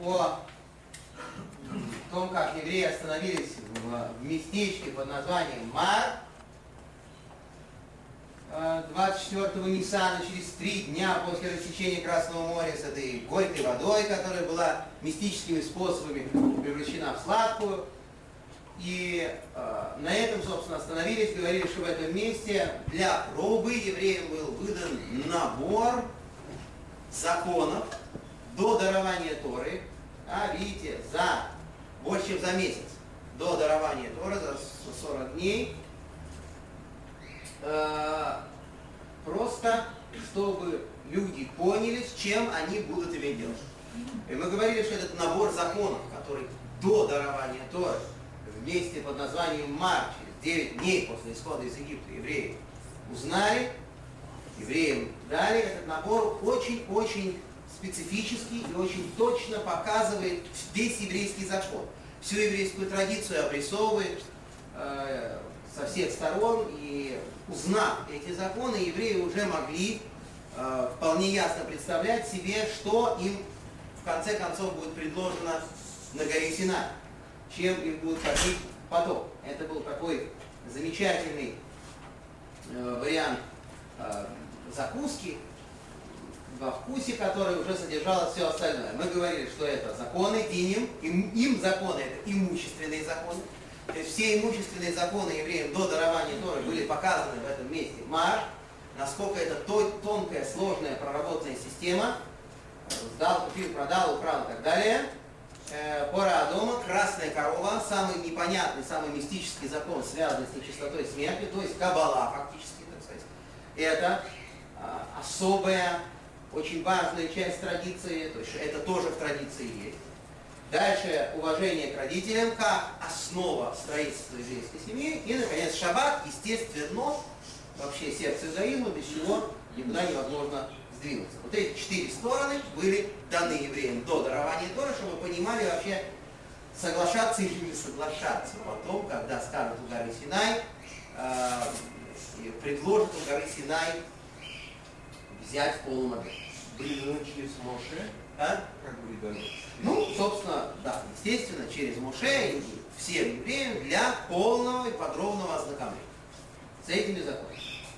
о том, как евреи остановились в местечке под названием Мар 24-го Ниссана, через 3 дня после рассечения Красного моря, с этой горькой водой, которая была мистическими способами превращена в сладкую. И на этом, собственно, остановились, говорили, что в этом месте для пробы евреям был выдан набор законов до дарования Торы. Видите, больше чем за месяц до дарования Торы, за 40 дней. Просто чтобы люди поняли, с чем они будут иметь дело. И мы говорили, что этот набор законов, который до дарования Торы, вместе под названием Мар, через 9 дней после исхода из Египта евреи узнали, евреям дали, этот набор очень-очень специфический и очень точно показывает весь еврейский закон. Всю еврейскую традицию обрисовывает со всех сторон, и узнав эти законы, евреи уже могли вполне ясно представлять себе, что им в конце концов будет предложено на горе Синай, чем их будут кормить потом. Это был такой замечательный вариант закуски во вкусе, который уже содержало все остальное. Мы говорили, что это законы диним, им законы это имущественные законы. То есть все имущественные законы евреям до дарования Торы были показаны в этом месте. Мар, насколько это тонкая, сложная, проработанная система. Сдал, купил, продал, украл и так далее. Пора дома, красная корова, самый непонятный, самый мистический закон, связанный с нечистотой смерти, то есть каббала фактически, так сказать. Это особая, очень важная часть традиции, то есть это тоже в традиции есть. Дальше уважение к родителям как основа строительства еврейской семьи. И, наконец, шаббат, естественно, вообще сердце иудаизма, без чего никуда невозможно сдвинуться. Вот эти 4 стороны были даны евреям до дарования Торы, чтобы вы понимали вообще, соглашаться или не соглашаться потом, когда скажут у горы Синай, предложат у горы Синай взять в полном объеме. Были даны через Моше? Как были даны? Ну, собственно, да, естественно, через Моше и всем евреям для полного и подробного ознакомления с этими законами.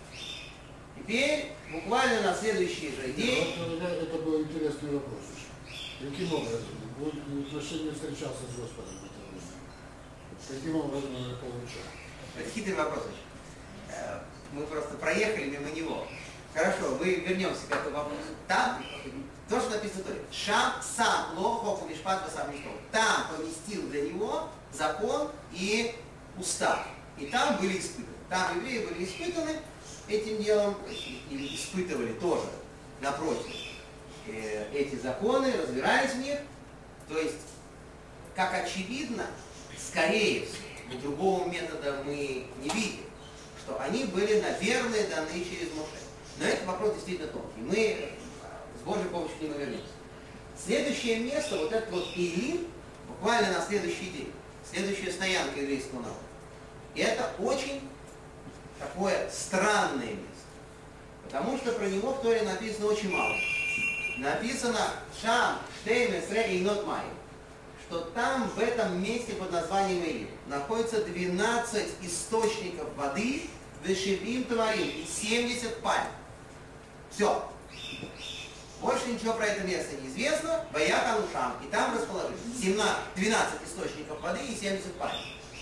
Теперь, буквально на следующий же день... Это был интересный вопрос. Каким образом? Будет вообще не встречался с Господом в это время. Каким образом он это получал? Это хитрый вопрос очень. Мы просто проехали мимо него. Хорошо, мы вернемся к этому вопросу. Там, то, что написано в Торе, Шам сам лохо мишпат сам не стол. Там поместил для него закон и устав. И там были испытаны. Там евреи были испытаны этим делом, и испытывали тоже, напротив, эти законы, разбирались в них. То есть, как очевидно, скорее всего, другого метода мы не видим, что они были, наверное, даны через Моше. Но этот вопрос действительно тонкий. Мы с Божьей помощью к нему вернемся. Следующее место, вот этот вот Илим, буквально на следующий день, следующая стоянка еврейского народа. И это очень такое странное место. Потому что про него в Торе написано очень мало. Написано Шам, Штейм, Эсре и Нот Май, что там, в этом месте под названием Илим, находится 12 источников воды, Вешевим Таварим и 70 пальм. Все. Больше ничего про это место не известно. Ваят Анушам. И там расположились 12 источников воды и 70 пальм.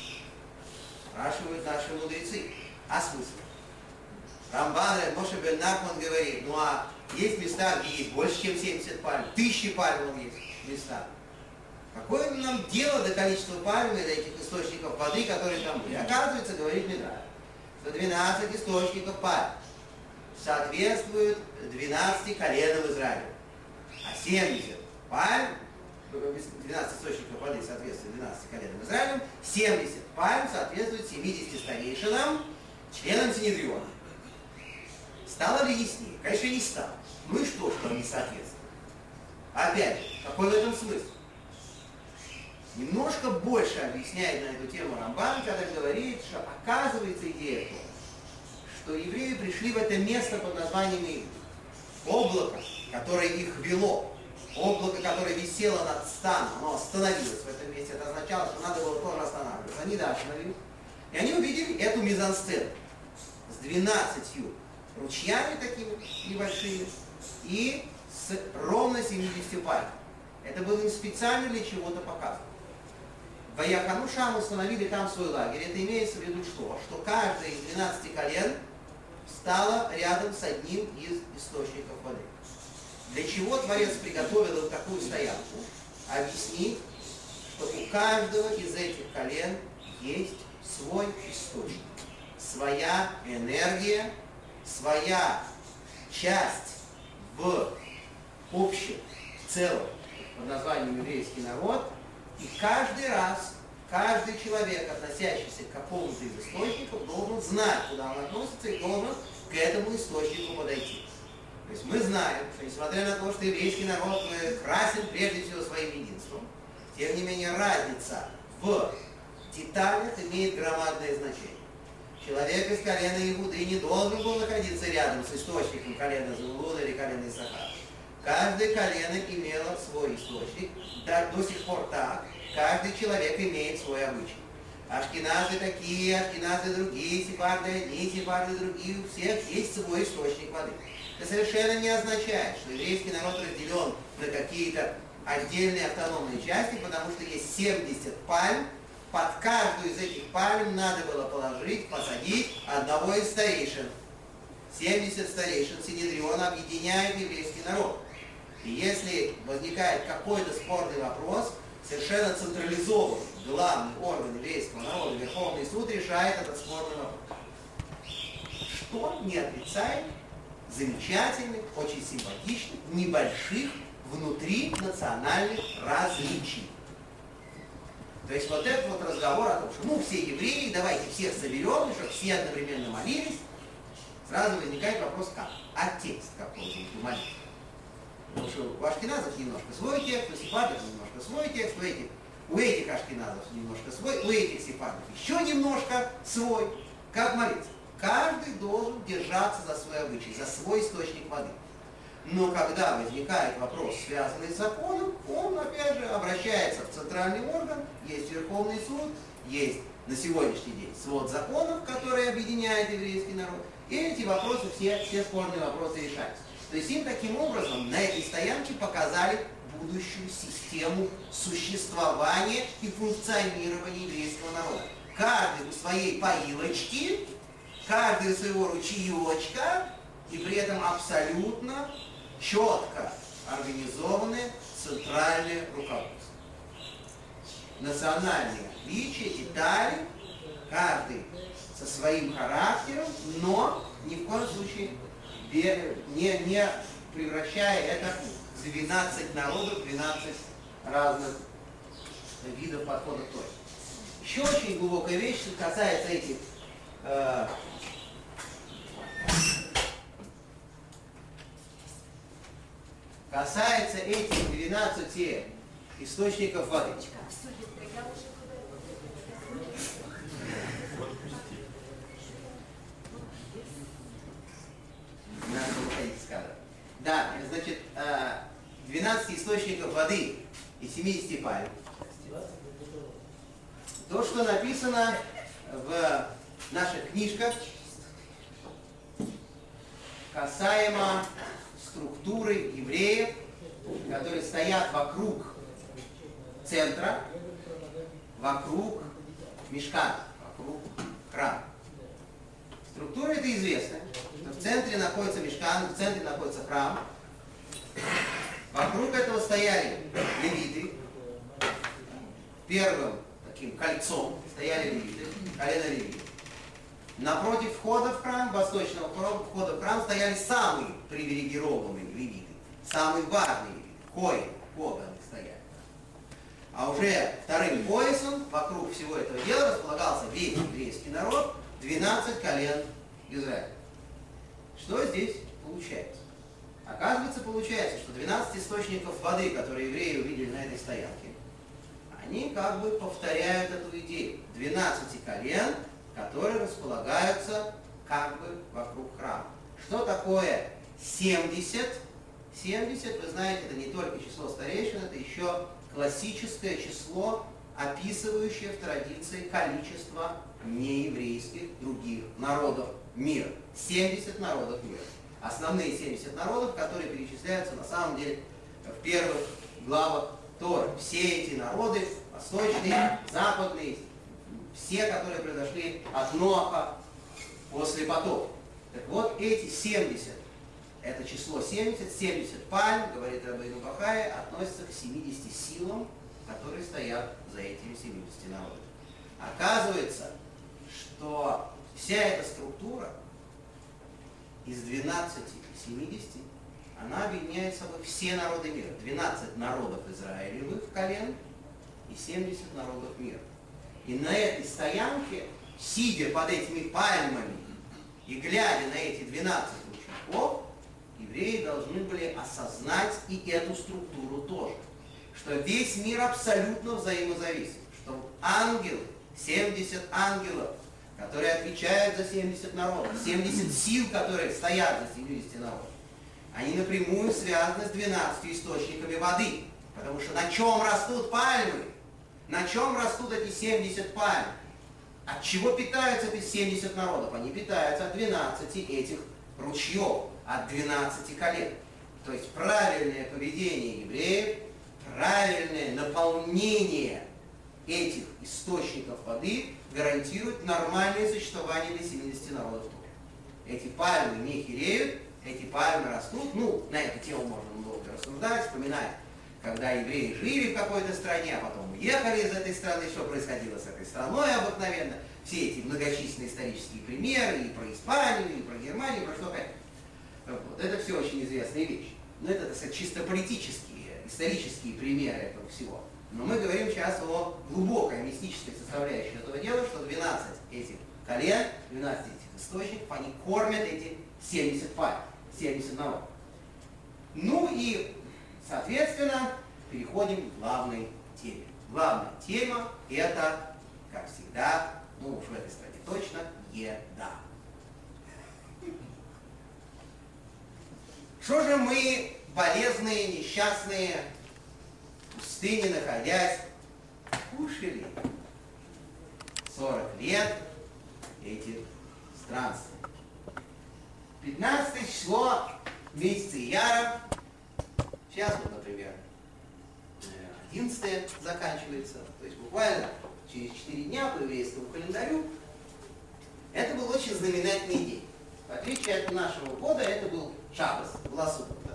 Спрашивают наши мудрецы. А смысл? Рамбан Моше бен Нахман говорит, ну а есть места, где есть больше, чем 70 пальм. 1000 пальм есть места. Какое нам дело до количества пальм и до этих источников воды, которые там были? Оказывается, говорит Мидраш, что 12 источников пальм соответствуют 12 коленам Израиля. А 70 пальм, 12 источников воды соответствуют 12 коленам Израиля, 70 пальм соответствуют 70 старейшинам, членам Синедриона. Стало ли яснее? Конечно, не стало. Ну и что они соответствуют? Опять же, какой в этом смысл? Немножко больше объясняет на эту тему Рамбан, когда говорит, что оказывается идея в том, что евреи пришли в это место под названием Илим. Облако, которое их вело, облако, которое висело над станом, оно остановилось в этом месте. Это означало, что надо было тоже останавливаться. Они, да, остановились. И они увидели эту мизансцену с 12 ручьями такими небольшими и с ровно 70 пальм. Это было им специально для чего-то показано. Ваяхану Шам установили там свой лагерь. Это имеется в виду что? Что каждое из 12 колен стало рядом с одним из источников воды. Для чего Творец приготовил им такую стоянку? Объяснить, что у каждого из этих колен есть свой источник, своя энергия, своя часть в общем, в целом, под названием еврейский народ, и каждый раз, каждый человек, относящийся к какому-то из источников, должен знать, куда он относится, и должен к этому источнику подойти. То есть мы знаем, что несмотря на то, что еврейский народ красен прежде всего своим единством, тем не менее разница в деталях имеет громадное значение. Человек из колена Иуды не должен был находиться рядом с источником колена Завулона или колена Исахара. Каждое колено имело свой источник, да, до сих пор так. Каждый человек имеет свой обычай. Ашкеназы такие, ашкеназы другие, сефарды одни, сефарды другие, у всех есть свой источник воды. Это совершенно не означает, что еврейский народ разделен на какие-то отдельные автономные части, потому что есть 70 пальм. Под каждую из этих пальм надо было положить, посадить одного из старейшин. 70 старейшин Синедриона объединяет еврейский народ. И если возникает какой-то спорный вопрос, совершенно централизованный главный орган еврейского народа, Верховный суд, решает этот спорный вопрос. Что не отрицает замечательных, очень симпатичных, небольших внутринациональных различий. То есть вот этот вот разговор о том, что все евреи, давайте всех соберем, и чтобы все одновременно молились, сразу возникает вопрос как? А текст какой будет молитвы? Потому что у ашкеназов немножко свой текст, у сефардов немножко свой текст, у этих ашкеназов немножко свой, у этих сефардов еще немножко свой. Как молиться? Каждый должен держаться за свой обычай, за свой источник воды. Но когда возникает вопрос, связанный с законом, он, опять же, обращается в центральный орган, есть Верховный суд, есть на сегодняшний день свод законов, который объединяет еврейский народ, и эти вопросы, все спорные вопросы решаются. То есть им таким образом на этой стоянке показали будущую систему существования и функционирования еврейского народа. Каждый у своей поилочки, каждый у своего ручеечка, и при этом абсолютно четко организованное центральное руководство. Национальные отличия, детали, каждый со своим характером, но ни в коем случае не превращая это в 12 народов, 12 разных видов подхода к Торе. Еще очень глубокая вещь, что касается этих касается этих 12 источников воды. Да, значит, 12 источников воды и 70 пальм. То, что написано в наших книжках, касаемо структуры евреев, которые стоят вокруг центра, вокруг мишкана, вокруг храма. Структура эта известна. В центре находится мишкан, в центре находится храм. Вокруг этого стояли левиты. Первым таким кольцом стояли левиты, колено левит. Напротив входа в храм, восточного входа в храм, стояли самые привилегированные левиты, самые важные левиты, коганы стояли. А уже вторым поясом вокруг всего этого дела располагался весь еврейский народ, 12 колен Израиля. Что здесь получается? Оказывается, получается, что 12 источников воды, которые евреи увидели на этой стоянке, они как бы повторяют эту идею. 12 колен, которые располагаются как бы вокруг храма. Что такое 70 70, вы знаете, это не только число старейшин, это еще классическое число, описывающее в традиции количество нееврейских других народов мира. 70 народов мира. Основные 70 народов, которые перечисляются на самом деле в первых главах Торы. Все эти народы, восточные, западные, все, которые произошли от Ноаха после потопа. Так вот, эти 70, это число 70 пальм, говорит Рабейну Бахай, относятся к 70 силам, которые стоят за этими 70 народами. Оказывается, что вся эта структура из 12 и 70, она объединяет собой все народы мира. 12 народов израилевых колен и 70 народов мира. И на этой стоянке, сидя под этими пальмами и глядя на эти 12 учеников, евреи должны были осознать и эту структуру тоже. Что весь мир абсолютно взаимозависим. Что ангелы, 70 ангелов, которые отвечают за 70 народов, 70 сил, которые стоят за 70 народов, они напрямую связаны с 12 источниками воды. Потому что на чем растут пальмы? На чем растут эти 70 пальм? От чего питаются эти 70 народов? Они питаются от 12 этих ручьев, от 12 колен. То есть правильное поведение евреев, правильное наполнение этих источников воды гарантирует нормальное существование для 70 народов тоже. Эти пальмы не хереют, эти пальмы растут. Ну, на эту тему можно долго рассуждать, вспоминать, когда евреи жили в какой-то стране, а потом уехали из этой страны, что происходило с этой страной обыкновенно. Все эти многочисленные исторические примеры и про Испанию, и про Германию, и про что хотите. Вот. Это все очень известные вещи. Но это, так сказать, чисто политические, исторические примеры этого всего. Но мы говорим сейчас о глубокой мистической составляющей этого дела, что 12 этих колен, 12 этих источников, они кормят эти 70 пальм, 70 народов. Ну и, соответственно, переходим к главной теме. Главная тема – это, как всегда, ну уж в этой стране точно, еда. Что же мы, болезные, несчастные, в пустыне находясь, кушали 40 лет этих странствий? 15 число месяца Ияра, сейчас вот, например, 11 заканчивается, то есть буквально через 4 дня по еврейскому календарю. Это был очень знаменательный день. В отличие от нашего года, это был Шаббос, была суббота.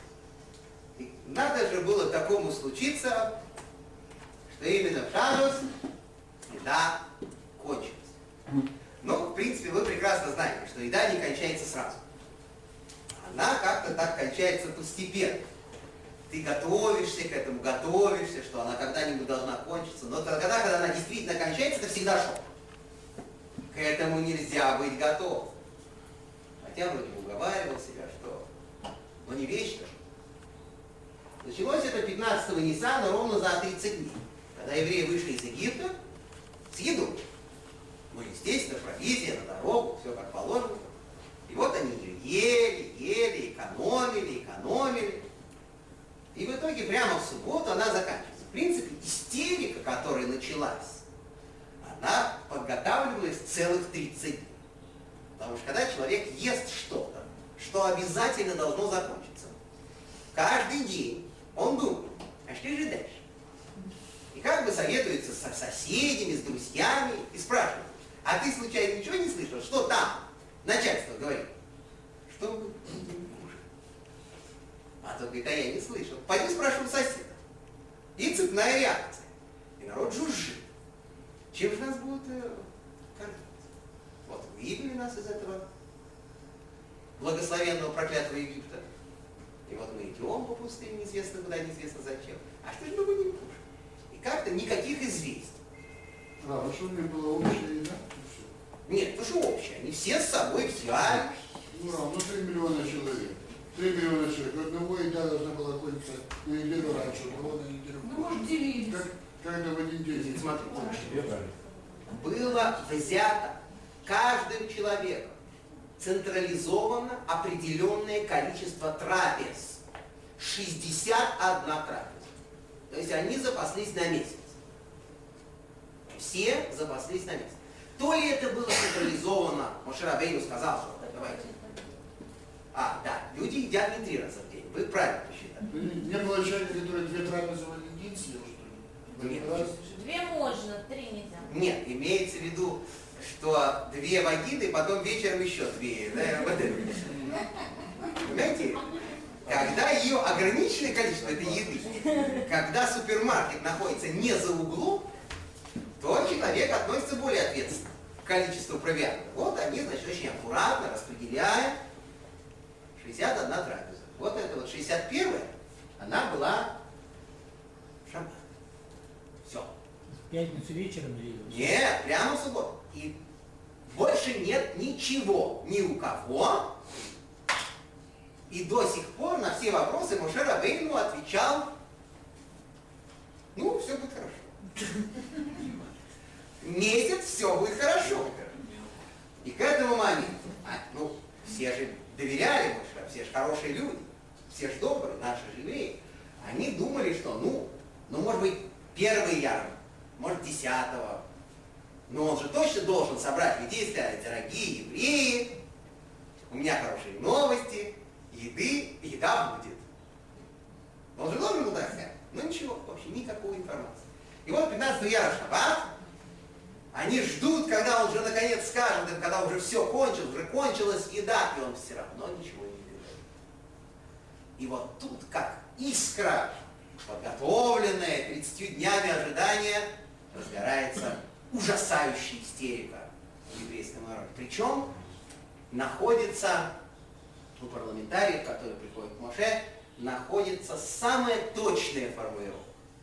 И надо же было такому случиться, что именно в Шаббос еда кончилась. Ну, в принципе, вы прекрасно знаете, что еда не кончается сразу. Она как-то так кончается постепенно. Ты готовишься к этому, готовишься, что она когда-нибудь должна кончиться. Но тогда, когда она действительно кончается, это всегда шок. К этому нельзя быть готов. Хотя вроде уговаривал себя, что но не вечно. Началось это 15-го Ниссана ровно за 30 дней. Когда евреи вышли из Египта с едой. Ну, естественно, провизия на дорогу, все как положено. И вот они ее ели, экономили. И в итоге прямо в субботу она заканчивается. В принципе, истерика, которая началась, она подготавливалась целых 30 дней. Потому что когда человек ест что-то, что обязательно должно закончиться, каждый день он думает, а что же дальше? И как бы советуется со соседями, с друзьями и спрашивает, а ты случайно ничего не слышал? Что там? Начальство говорит. Что мы будем кушать? А тот говорит, а я не слышал. Пойду спрашиваю соседа. И цепная реакция. И народ жужжит. Чем же нас будут кормить? Вот вывели нас из этого благословенного проклятого Египта. И вот мы идем по пустыне, неизвестно куда, неизвестно зачем. А что же мы будем кушать? И как-то никаких известий. А что у них было общее еда? Нет, это же общее. Они все с собой взяли. Ну, 3 миллиона человек. 3 миллиона человек. Одного еда должна была кончиться неделю раньше, одного на неделю. Ну, может, делились. Как-то в один день. Смотрите, было взято каждым человеком централизованно определенное количество трапез. 61 трапеза. То есть они запаслись на месяц. Все запаслись на месяц. То ли это было централизовано, Моше Рабейну сказал, что давайте. Да, люди едят не 3 раза в день. Вы правильно посчитали. Не было человека, который 2 трапезы в один день съел, что ли? Нет. 2 можно, 3 нельзя. Нет, имеется в виду, что 2 вагины, и потом вечером еще 2. Да, вот это. Понимаете? Когда ее ограниченное количество этой еды, когда супермаркет находится не за углом, то человек относится более ответственно к количеству провианта. Вот они, значит, очень аккуратно распределяя 61 трапеза. Вот это вот 61-я, она была в шаббат. Все. В пятницу вечером или? Нет, прямо в субботу. И больше нет ничего ни у кого. И до сих пор на все вопросы Моше Рабейну отвечал: ну, все будет хорошо. Месяц, все будет хорошо. И к этому моменту, все же доверяли Моше, все же хорошие люди, все же добрые, наши же евреи. Они думали, что, может быть, 1 ярмарка, может, 10-го. Но он же точно должен собрать людей и сказать: дорогие евреи, у меня хорошие новости, еда будет. Он же должен был так сказать. Но ничего, вообще никакой информации. И вот 15 яра шаббат, они ждут, когда он уже наконец скажет им, когда уже все кончилось, уже кончилась еда, и он все равно ничего не говорит. И вот тут как искра, подготовленная 30 днями ожидания, разгорается ужасающая истерика в еврейском народе. Причем находится у парламентариев, которые приходят к Моше, находится самая точная формулировка.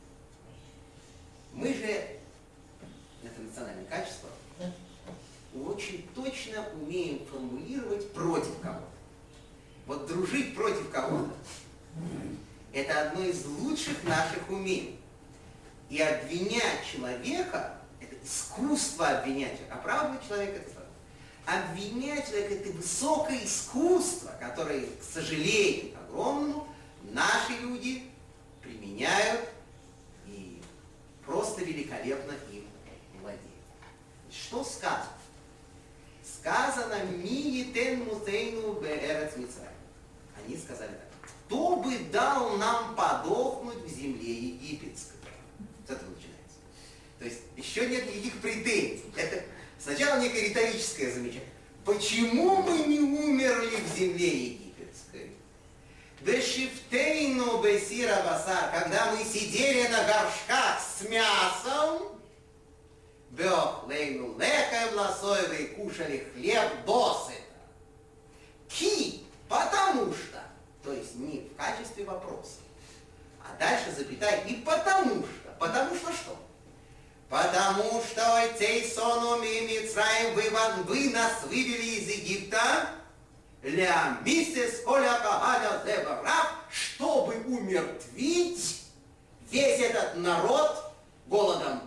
Мы же, это национальное качество, очень точно умеем формулировать против кого-то. Вот дружить против кого-то – это одно из лучших наших умений. И обвинять человека – это искусство обвинять человека. Оправдывать человека – это сложно. Обвинять человека – это высокое искусство, которое, к сожалению, огромному, наши люди применяют и просто великолепно им владеют. Что сказано? Сказано «Ми етен мутейну беэрец Мицраим». Они сказали так: кто бы дал нам подохнуть в земле египетской? С этого начинается. То есть еще нет никаких претензий. Это сначала некое риторическое замечание. Почему мы не умерли в земле египетской? Бешифтейну бесира басар, когда мы сидели на горшках с мясом, беохлейну лехем ласоевы, и кушали хлеб досыта. Ки, потому что, то есть не в качестве вопроса, а дальше запятая, и потому что что? Потому что отцей соном и Мицраим вы нас вывели из Египта, ля миссис коля кагаля зебарав, чтобы умертвить весь этот народ голодом.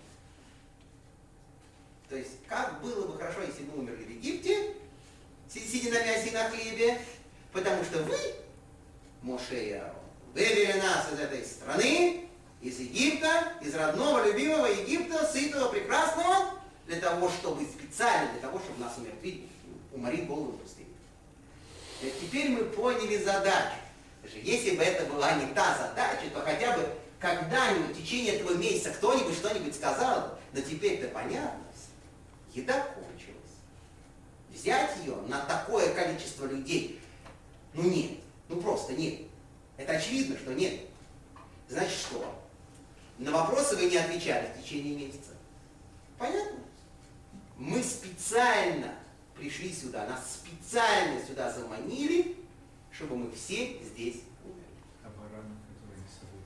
То есть, как было бы хорошо, если бы мы умерли в Египте, сидя на мясе и на хлебе, потому что вы, Моше и Аарон, вывели нас из этой страны, из Египта, из родного, любимого Египта, сытого, прекрасного, для того, чтобы специально, для того, чтобы нас умертвить, уморить голодом в пустыне. Теперь мы поняли задачу. Если бы это была не та задача, то хотя бы когда-нибудь в течение этого месяца кто-нибудь что-нибудь сказал, но теперь-то понятно все. Еда кончилась. Взять ее на такое количество людей, нет, просто нет. Это очевидно, что нет. Значит что? На вопросы вы не отвечали в течение месяца. Понятно? Мы специально пришли сюда, нас специально сюда заманили, чтобы мы все здесь умерли. А баранов, которые с собой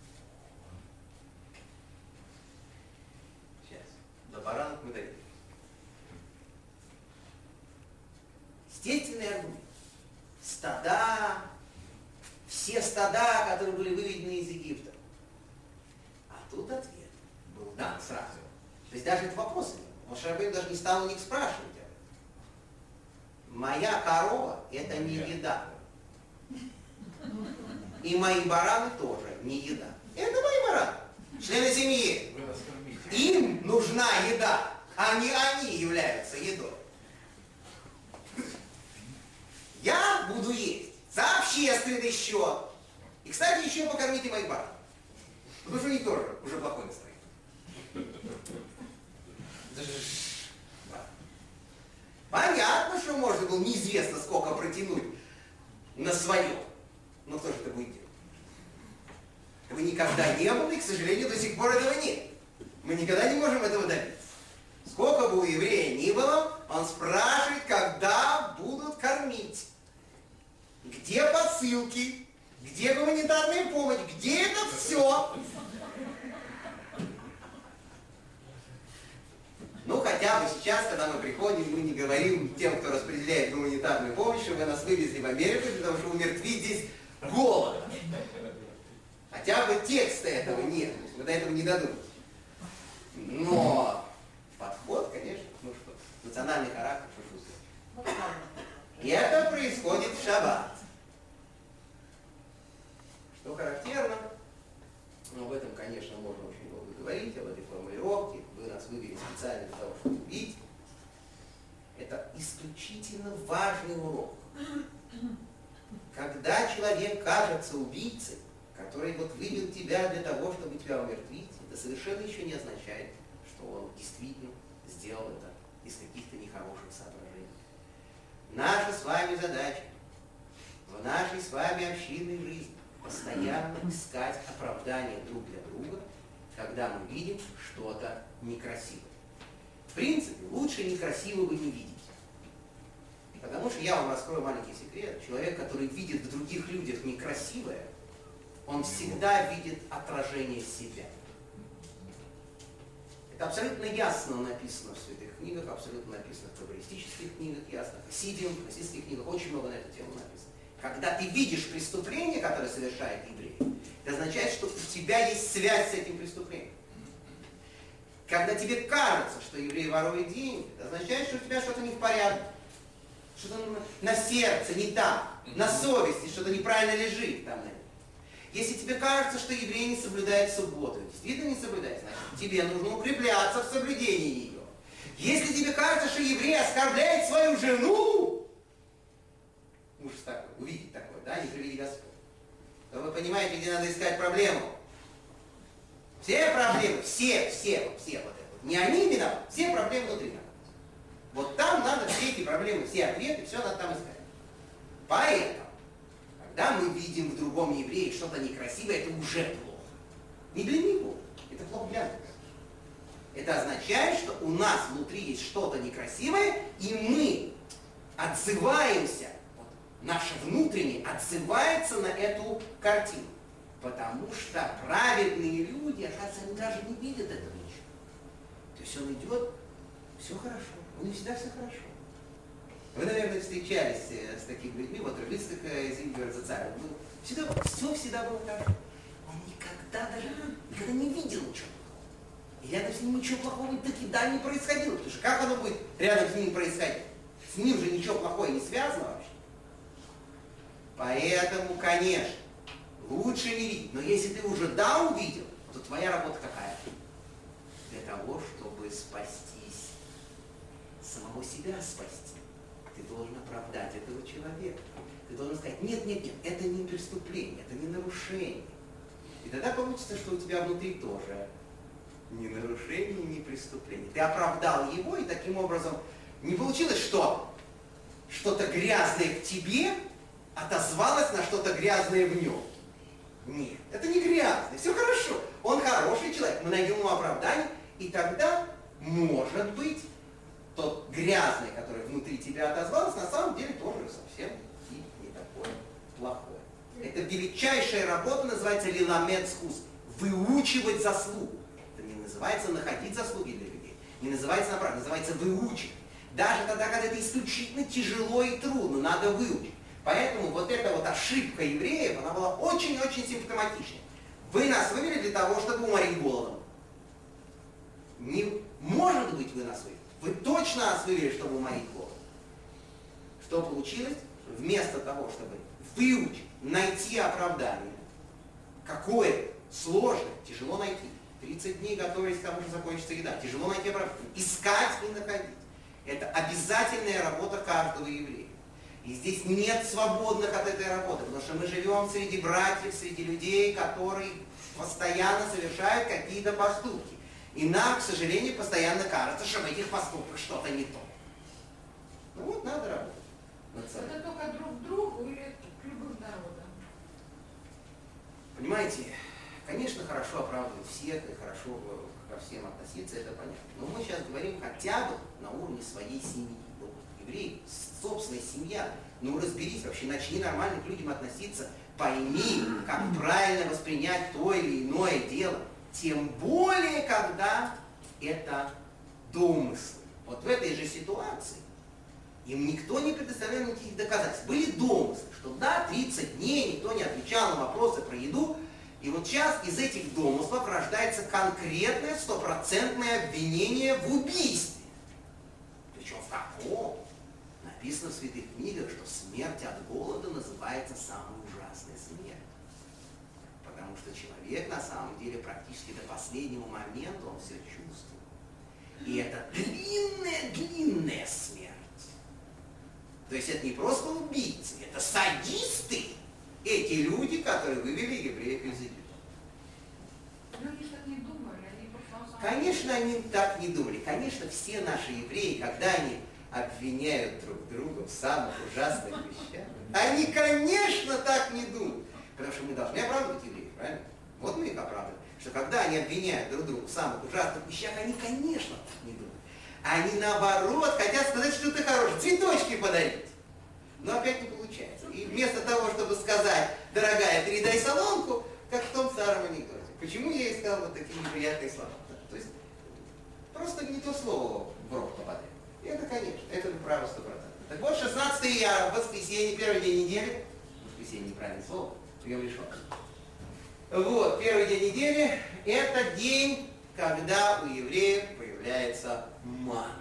привели? Сейчас. До баранов мы дойдем. Естественный аргумент. Стада, все стада, которые были выведены из Египта. А тут ответ был дан сразу. То есть даже это вопрос не был. Моше Рабейну даже не стал у них спрашивать об этом. Моя корова – это не еда. И мои бараны тоже не еда. Это мои бараны, члены семьи. Вы нас кормите. Им нужна еда, а не они являются едой. Я буду есть за общественный счет. И, кстати, еще покормите моих баранов. Потому что у них тоже уже плохое настроение. Да. Понятно, что можно было неизвестно сколько протянуть на своем. Но кто же это будет делать? Этого никогда не было, и, к сожалению, до сих пор этого нет. Мы никогда не можем этого добиться. Сколько бы у еврея ни было, он спрашивает, когда будут кормить. Где посылки? Где гуманитарная помощь? Где это все? Ну, хотя бы сейчас, когда мы приходим, мы не говорим тем, кто распределяет гуманитарную помощь, что вы нас вывезли в Америку, для того, чтобы умертвить здесь голод. Хотя бы текста этого нет, мы до этого не додумались. Но подход, конечно, ну что, национальный характер, что чувствует. И это происходит в шаббат. Что характерно, но об этом, конечно, можно очень долго говорить, об этой формулировке. Вы нас вывели специально для того, чтобы убить. Это исключительно важный урок. Когда человек кажется убийцей, который вот вывел тебя для того, чтобы тебя умертвить, это совершенно еще не означает, что он действительно сделал это из каких-то нехороших соображений. Наша с вами задача в нашей с вами общинной жизни постоянно искать оправдание друг для друга, когда мы видим что-то некрасивое. В принципе, лучше некрасивого не видеть. Потому что я вам раскрою маленький секрет. Человек, который видит в других людях некрасивое, он всегда видит отражение себя. Это абсолютно ясно написано в святых книгах, абсолютно написано в каббалистических книгах, ясно. В хасидизме, в хасидских книгах очень много на эту тему написано. Когда ты видишь преступление, которое совершает еврей, это означает, что у тебя есть связь с этим преступлением. Когда тебе кажется, что еврей ворует деньги, это означает, что у тебя что-то не в порядке. Что-то на сердце не там, на совести что-то неправильно лежит там. Если тебе кажется, что еврей не соблюдает субботу, действительно не соблюдает, значит, тебе нужно укрепляться в соблюдении ее. Если тебе кажется, что еврей оскорбляет свою жену, ужас такой, увидеть такое, да, не приведи Господь, то вы понимаете, где надо искать проблему. Все проблемы, все вот это вот. Не они виноваты, все проблемы внутри нас. Вот там надо все эти проблемы, все ответы, все надо там искать. Поэтому, когда мы видим в другом еврее что-то некрасивое, это уже плохо. Не для него, это плохо для нас. Это означает, что у нас внутри есть что-то некрасивое, и мы отзываемся, вот, наше внутреннее отзывается на эту картину. Потому что праведные люди, оказывается, они даже не видят этого ничего. То есть он идет, все хорошо, у него всегда все хорошо. Вы, наверное, встречались с такими людьми, вот Рыльцик из Ингвер-Зацарь, все всегда было хорошо. Он никогда не видел ничего плохого. И рядом с ним ничего плохого никогда не происходило. Потому что как оно будет рядом с ним происходить? С ним же ничего плохого не связано вообще. Поэтому, конечно, лучше не видеть. Но если ты уже увидел, то твоя работа какая? Для того, чтобы спастись, самого себя спасти, ты должен оправдать этого человека. Ты должен сказать, нет, это не преступление, это не нарушение. И тогда получится, что у тебя внутри тоже ни нарушение, ни преступление. Ты оправдал его, и таким образом не получилось, что что-то грязное в тебе отозвалось на что-то грязное в нем. Нет, это не грязный, все хорошо. Он хороший человек, мы найдем ему оправдание, и тогда, может быть, тот грязный, который внутри тебя отозвался, на самом деле тоже совсем и не такое плохое. Это величайшая работа, называется лиламед схус, выучивать заслугу. Это не называется находить заслуги для людей, не называется направо, называется выучить. Даже тогда, когда это исключительно тяжело и трудно, надо выучить. Поэтому вот эта вот ошибка евреев, она была очень-очень симптоматичной. Вы нас вывели для того, чтобы уморить голодом. Не может быть, вы нас вывели. Вы точно нас вывели, чтобы уморить голодом. Что получилось? Вместо того, чтобы выучить найти оправдание. Какое? Сложно, тяжело найти. 30 дней готовились к тому, что закончится еда. Тяжело найти оправдание. Искать и находить. Это обязательная работа каждого еврея. И здесь нет свободных от этой работы, потому что мы живем среди братьев, среди людей, которые постоянно совершают какие-то поступки. И нам, к сожалению, постоянно кажется, что в этих поступках что-то не то. Ну вот, надо работать над собой. Это только друг к другу или к любым народам? Понимаете, конечно, хорошо оправдывать всех и хорошо ко всем относиться, это понятно. Но мы сейчас говорим хотя бы на уровне своей семьи. Вот евреи, собственная семья. Ну разберись вообще, начни нормально к людям относиться, пойми, как правильно воспринять то или иное дело. Тем более, когда это домыслы. Вот в этой же ситуации им никто не предоставлял никаких доказательств. Были домыслы, что да, 30 дней никто не отвечал на вопросы про еду. И вот сейчас из этих домыслов рождается конкретное стопроцентное обвинение в убийстве. Причем в каком? Написано в святых книгах, что смерть от голода называется самой ужасной смертью. Потому что человек на самом деле практически до последнего момента он все чувствует. И это длинная смерть. То есть это не просто убийцы, это садисты. Эти люди, которые вывели евреев из Египта. Люди так не думали, они просто... Конечно, они так не думали. Конечно, все наши евреи, когда они обвиняют друг друга в самых ужасных вещах, они, конечно, так не думают. Потому что мы должны оправдывать евреев, правильно? Вот мы их оправдываем. Что когда они обвиняют друг друга в самых ужасных вещах, они, конечно, так не думают. Они, наоборот, хотят сказать что-то хорошее, цветочки подарить. Но опять не получается. И вместо того, чтобы сказать, дорогая, передай соломку, как в том старом анекдоте. Почему я ей сказал вот такие неприятные слова? То есть просто не то слово в рот попадает. И это, конечно, это право 100%. Так вот, 16 ияра, воскресенье, первый день недели. Воскресенье неправильное слово, я решил. Вот, первый день недели, это день, когда у евреев появляется манна.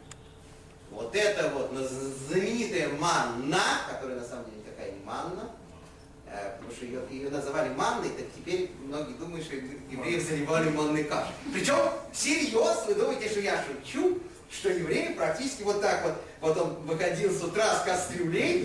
Вот это вот знаменитая манна, которая на самом деле никакая не манна, потому что ее называли манной, так теперь многие думают, что евреев заливали манной кашей. Причем всерьез, вы думаете, что я шучу, что евреи практически вот так вот он выходил с утра с кастрюлей.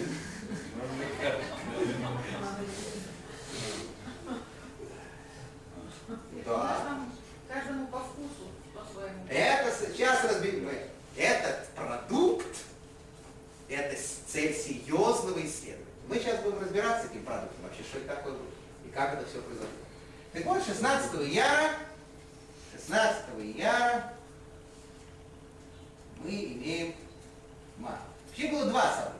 Да. Каждому по вкусу, по-своему. Это сейчас разберем. Этот продукт, это цель серьезного исследования. Мы сейчас будем разбираться с этим продуктом, вообще, что это такое будет, и как это все произошло. Так вот, 16 ияра мы имеем манну. Вообще было два события.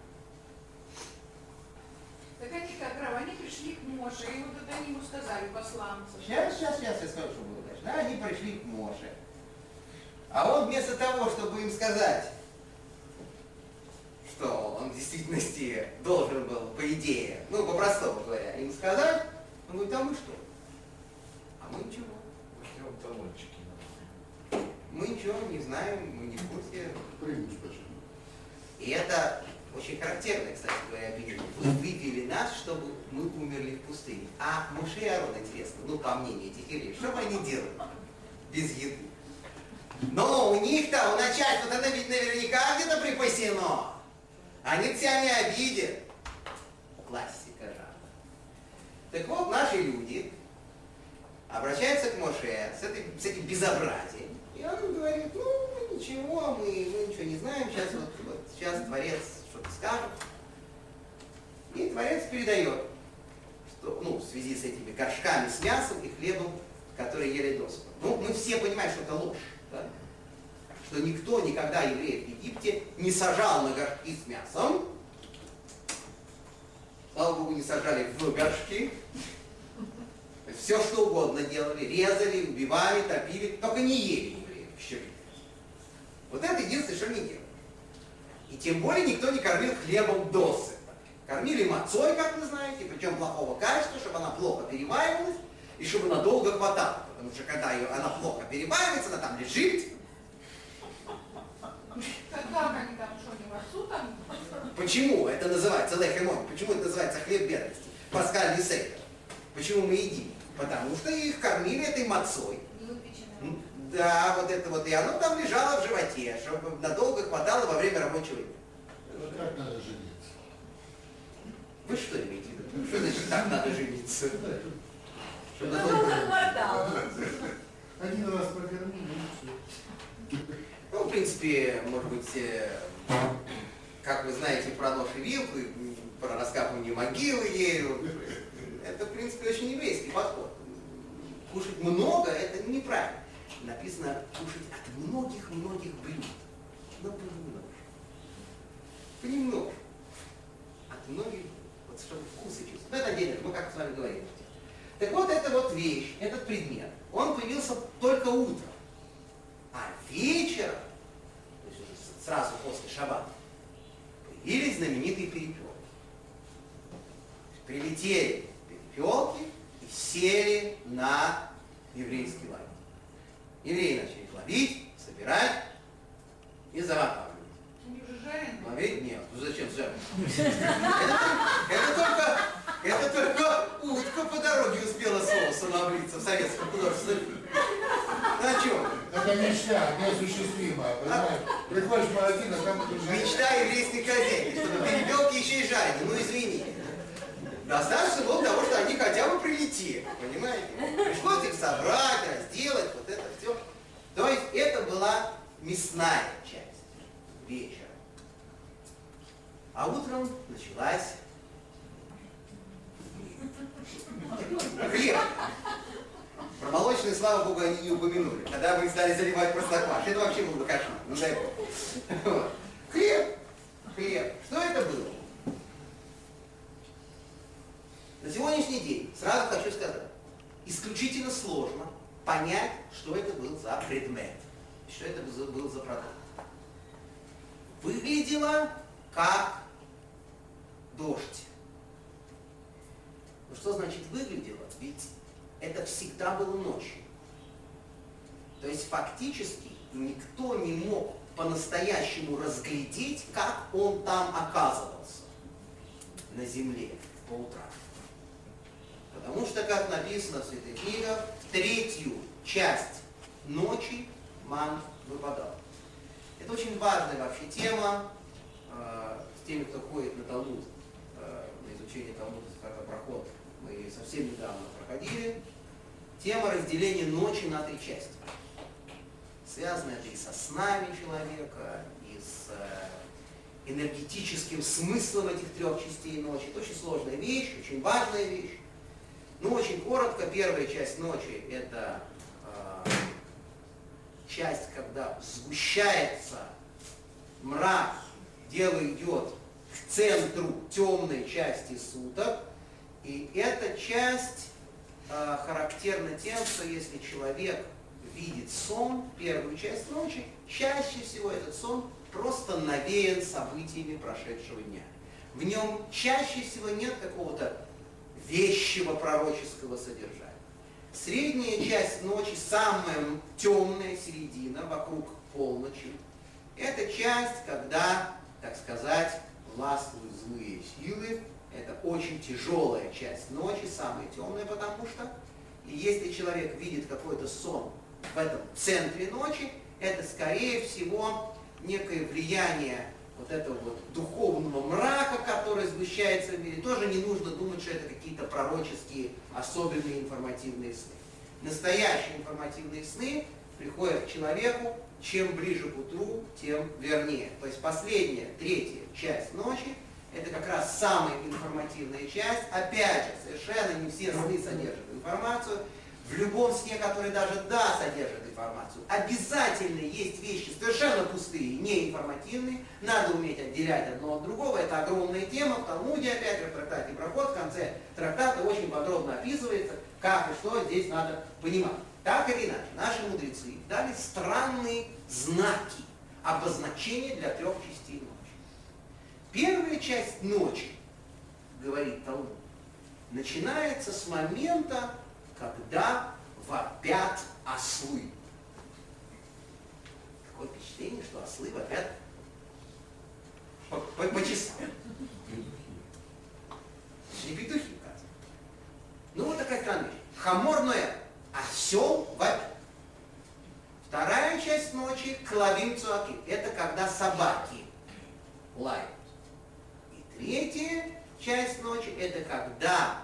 Так они как, Рав, они пришли к Моше, и вот это они ему сказали, посланцы. Сейчас я скажу, что было дальше. Да, они пришли к Моше. А он вместо того, чтобы им сказать, что он в действительности должен был, по идее, ну, по-простому говоря, им сказать, он говорит, а мы что? А мы ничего. Мы ничего не знаем, мы не в курсе. И это очень характерное, кстати говоря, обвинение. Вы вывели нас, чтобы мы умерли в пустыне. А Моше и Аарон, интересно, ну, по мнению этих евреев, что бы они делали без еды? Но у них-то, у начальства-то ведь наверняка где-то припасено. Они тебя не обидят. Классика жанра. Так вот, наши люди обращаются к Моше с этим безобразием. И он им говорит, ну, ничего, мы ничего не знаем, сейчас Творец что-то скажет. И Творец передает, что, ну, в связи с этими горшками с мясом и хлебом, которые ели досыта. Ну, мы все понимаем, что это ложь. Да? Что никто никогда евреев в Египте не сажал на горшки с мясом. Слава Богу, не сажали в горшки. Все что угодно делали. Резали, убивали, топили. Только не ели евреев. Еще. Вот это единственное, что не делали. И тем более никто не кормил хлебом досыта. Кормили мацой, как вы знаете, причем плохого качества, чтобы она плохо переваривалась и чтобы она долго хватала. Потому что когда она плохо переваривается, она там лежит. Как они там, что они в отцу там? Почему это называется лехемон? Почему это называется хлеб бедности? Пасхальный сейдер. Почему мы едим? Потому что их кормили этой мацой. Да, вот это вот. И оно там лежало в животе, чтобы надолго хватало во время рабочего дня. Вот как надо жениться? Вы что имеете в виду? Что значит так надо жениться? Чтобы Ну, надолго- как квартал. Один раз покормили, и все. Ну, в принципе, может быть, как вы знаете про нож и вилку, и про раскапывание могилы ею, это, в принципе, очень еврейский подход. Кушать много – это неправильно. Написано кушать от многих-многих блюд. Но понемножку. Понемножку. От многих, вот чтобы вкусы чувствовать. Но это отдельно, мы как с вами говорили. Так вот, эта вот вещь, этот предмет, он появился только утром. А вечером, то есть уже сразу после шаббата, появились знаменитые перепелки. Прилетели перепелки и сели на еврейский лагерь. Евреи начали их ловить, собирать и заватывать. Они уже жареные. Ловить? Нет. Ну зачем жарить? Это только утка по дороге успела соусом облиться в советском художественном фильме. Ну о чем? Это мечта, неосуществимая, понимаешь? Приходишь в магазин, а там уже... Мечта еврейской хозяйки, чтобы перепелки еще и жареные. Ну извини. Достаточно было того, что они хотя бы прилетели, понимаете? Пришлось их собрать, разделать, вот это все. То есть это была мясная часть вечера. А утром началась хлеб. Про молочные, слава богу, они не упомянули. Когда мы стали заливать простокваш, это вообще был бы кошмар. Ну дай бог. Вот. Хлеб. Хлеб. Что это было? На сегодняшний день, сразу хочу сказать, исключительно сложно понять, что это был за предмет, что это был за продукт. Выглядело как дождь. Ну что значит выглядело? Ведь это всегда было ночью. То есть фактически никто не мог по-настоящему разглядеть, как он там оказывался на земле по утрам. Потому что, как написано в святых книгах, третью часть ночи ман выпадал. Это очень важная вообще тема с теми, кто ходит на Талмуд, на изучение Талмуда, как проход. Мы ее совсем недавно проходили. Тема разделения ночи на три части. Связано это и со снами человека, и с энергетическим смыслом этих трех частей ночи. Это очень сложная вещь, очень важная вещь. Ну, очень коротко, первая часть ночи – это часть, когда сгущается мрак, дело идет к центру темной части суток. И эта часть характерна тем, что если человек видит сон, первую часть ночи, чаще всего этот сон просто навеян событиями прошедшего дня. В нем чаще всего нет какого-то вещего пророческого содержания. Средняя часть ночи, самая темная середина, вокруг полночи, это часть, когда, так сказать, властвуют злые силы. Это очень тяжелая часть ночи, самая темная, потому что и если человек видит какой-то сон в этом центре ночи, это скорее всего некое влияние вот этого вот духовного мрака, который сгущается в мире. Тоже не нужно думать, что это какие-то пророческие, особенные информативные сны. Настоящие информативные сны приходят к человеку, чем ближе к утру, тем вернее. То есть последняя, третья часть ночи, это как раз самая информативная часть. Опять же, совершенно не все сны содержат информацию. В любом сне, который даже содержит информацию, обязательно есть вещи совершенно пустые, неинформативные. Надо уметь отделять одно от другого. Это огромная тема. В Талмуде, опять же, в трактате «Проход», в конце трактата очень подробно описывается, как и что здесь надо понимать. Так или иначе, наши мудрецы дали странные знаки, обозначения для трех частей ночи. Первая часть ночи, говорит Талмуд, начинается с момента, когда вопят ослы. Такое впечатление, что ослы вопят по часам. Не петухи, кажется. Ну вот такая странная вещь. Хамор Ноэ, осел вопит. Вторая часть ночи клавим цуакит. Это когда собаки лают. И третья часть ночи это когда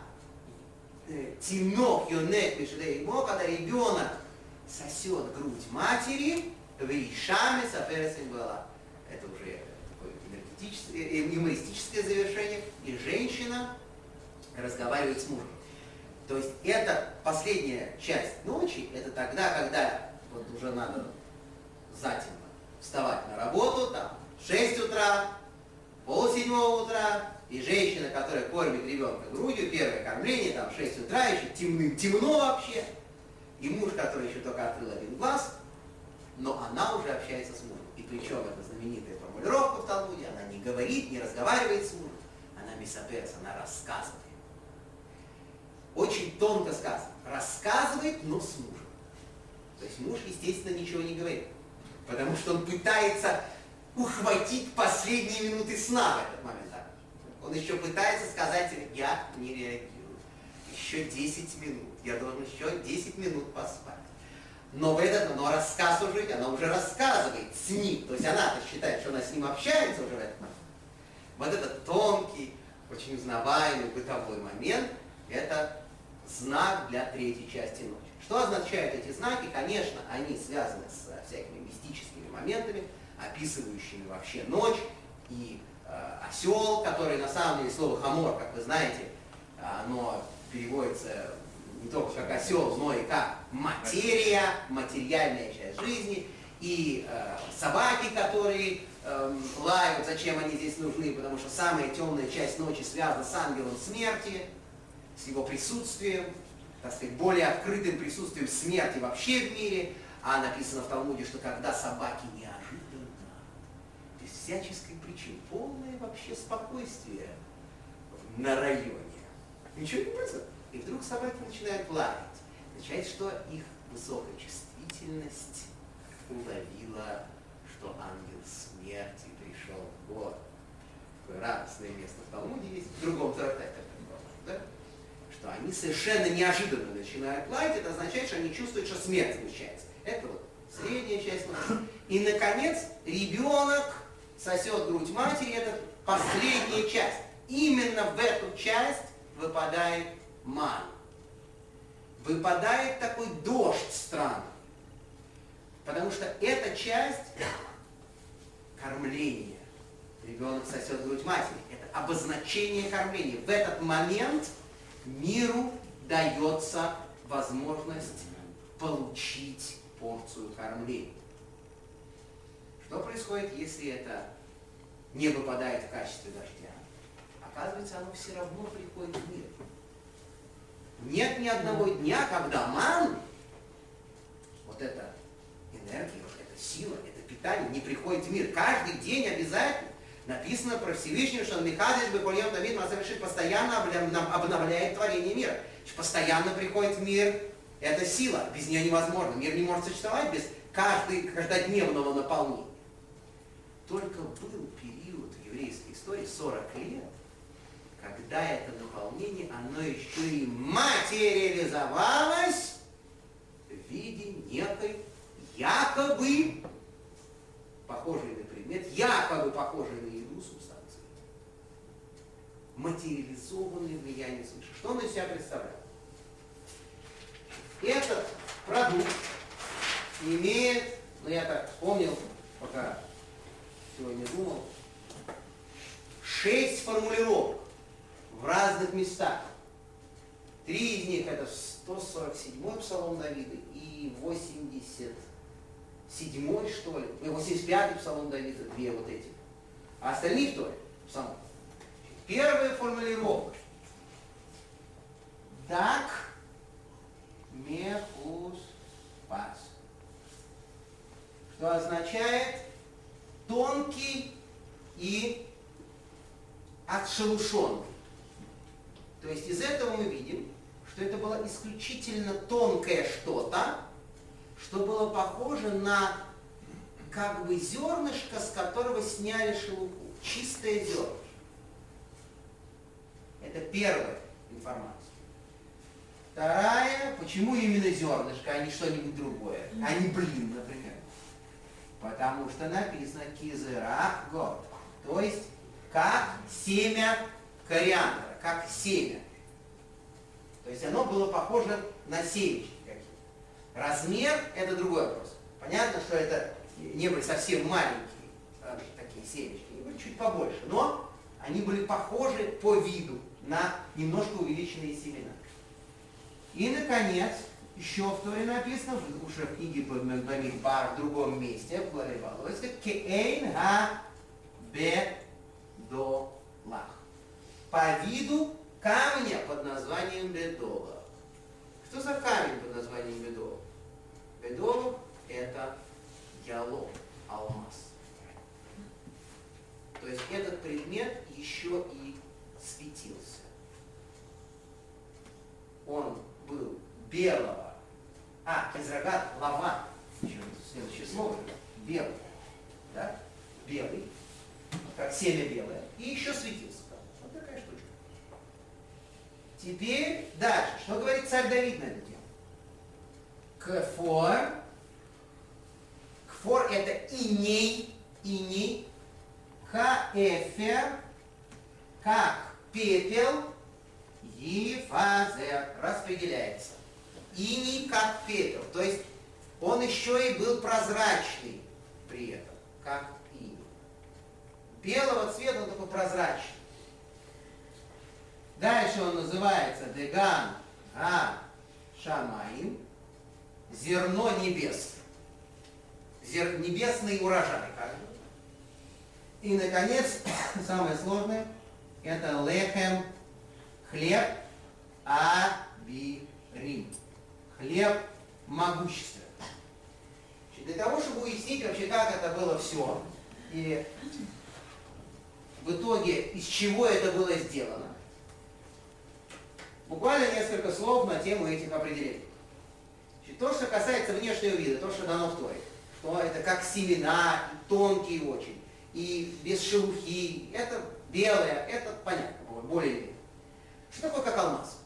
тимок юнек мишдеймо, когда ребенок сосет грудь матери, вейшами сапересим была. Это уже такое юмористическое завершение. И женщина разговаривает с мужем. То есть это последняя часть ночи, это тогда, когда вот уже надо затемно вставать на работу, там, в 6 утра, 6:30 утра, и женщина, которая кормит ребенка грудью, первое кормление, там, в 6 утра, еще темно вообще, и муж, который еще только открыл один глаз, но она уже общается с мужем. И причем это знаменитая формулировка в Талмуде, она не говорит, не разговаривает с мужем, она мисаперс, она рассказывает. Очень тонко сказано. Рассказывает, но с мужем. То есть муж, естественно, ничего не говорит. Потому что он пытается ухватить последние минуты сна в этот момент. Он еще пытается сказать себе, я не реагирую. Еще 10 минут. Я должен еще 10 минут поспать. Но рассказ уже, она уже рассказывает с ним. То есть она-то считает, что она с ним общается уже в этот момент. Вот этот тонкий, очень узнаваемый бытовой момент, это знак для третьей части ночи. Что означают эти знаки? Конечно, они связаны с всякими мистическими моментами, описывающими вообще ночь. И осел, который на самом деле слово хамор, как вы знаете, оно переводится не только как осел, но и как материя, материальная часть жизни. И собаки, которые лают, зачем они здесь нужны, потому что самая темная часть ночи связана с ангелом смерти, с его присутствием, так сказать, более открытым присутствием смерти вообще в мире. А написано в Талмуде, что когда собаки неожиданно, без всяческой причины, полное вообще спокойствие на районе, ничего не происходит. И вдруг собаки начинают лаять. Означает, что их высокая чувствительность уловила, что ангел смерти пришел в город. Такое радостное место в Талмуде есть, в другом трактате, да? Что они совершенно неожиданно начинают лаять, это означает, что они чувствуют, что смерть сгущается. Это вот средняя часть ночи. И, наконец, ребенок сосет грудь матери, это последняя часть. Именно в эту часть выпадает ман. Выпадает такой дождь странный. Потому что эта часть кормления. Ребенок сосет грудь матери. Это обозначение кормления. В этот момент миру дается возможность получить порцию кормления. Что происходит, если это не выпадает в качестве дождя? Оказывается, оно все равно приходит в мир. Нет ни одного дня, когда ман, вот эта энергия, вот эта сила, это питание не приходит в мир. Каждый день обязательно написано про Всевышнего, что он Михадиш Бекольем Тамид Масавишит постоянно обновляет творение мира. Постоянно приходит в мир эта сила. Без нее невозможно. Мир не может существовать без каждодневного наполнения. Только был период в еврейской истории 40 лет, когда это наполнение, оно еще и материализовалось в виде некой якобы похожей на предмет, якобы похожей на еду субстанции. Материализованное влияние свыше. Что он из себя представляет? Этот продукт имеет, я так вспомнил, пока сегодня думал, 6 формулировок в разных местах. 3 из них это 147-й псалом Давида и 87-й, что ли, 85-й псалом Давида, 2 вот эти. А остальные кто? Псалом. Первая формулировка. Так мехус пас. Что означает тонкий и отшелушенный. То есть из этого мы видим, что это было исключительно тонкое что-то, что было похоже на как бы зернышко, с которого сняли шелуху. чистое зернышко. Это первая информация. Вторая, почему именно зернышко, а не что-нибудь другое, а не блин, например. Потому что написано кизера год, то есть как семя кориандра, как семя. То есть оно было похоже на семечки какие-то. Размер – это другой вопрос. Понятно, что это не были совсем маленькие такие семечки, они были чуть побольше, но они были похожи по виду на немножко увеличенные семена. И, наконец, еще в Торе написано, уже в книге Бамидбар, в другом месте, в главе Балойска, «Кеэйн ха бедолах». По виду камня под названием бедолах. Что за камень под названием бедолах? Бедолах – это ялом, алмаз. То есть этот предмет еще и светился. Он был белого. Кизрагат, лава. Следующее слово. Белый. Да? Белый. Как семя белое. И еще светился. Вот такая штучка. Теперь дальше. Что говорит царь Давид на эту тему? Кфор. Кфор это иней. Иней. Хаэфер. Как пепел. Ефазер. Распределяется. Иней как пепел. То есть он еще и был прозрачный при этом. Как иней. Белого цвета он такой прозрачный. Дальше он называется Деган Шамаим. Зерно небес. Небесный урожай. И, наконец, самое сложное, это лехем, хлеб абирим. Хлеб могущества. Для того, чтобы уяснить вообще, как это было все, и в итоге из чего это было сделано, буквально несколько слов на тему этих определений. То, что касается внешнего вида, то, что дано в Торе, что это как семена, тонкие очень, и без шелухи, это белое, это понятно, более-менее. Что такое как алмаз?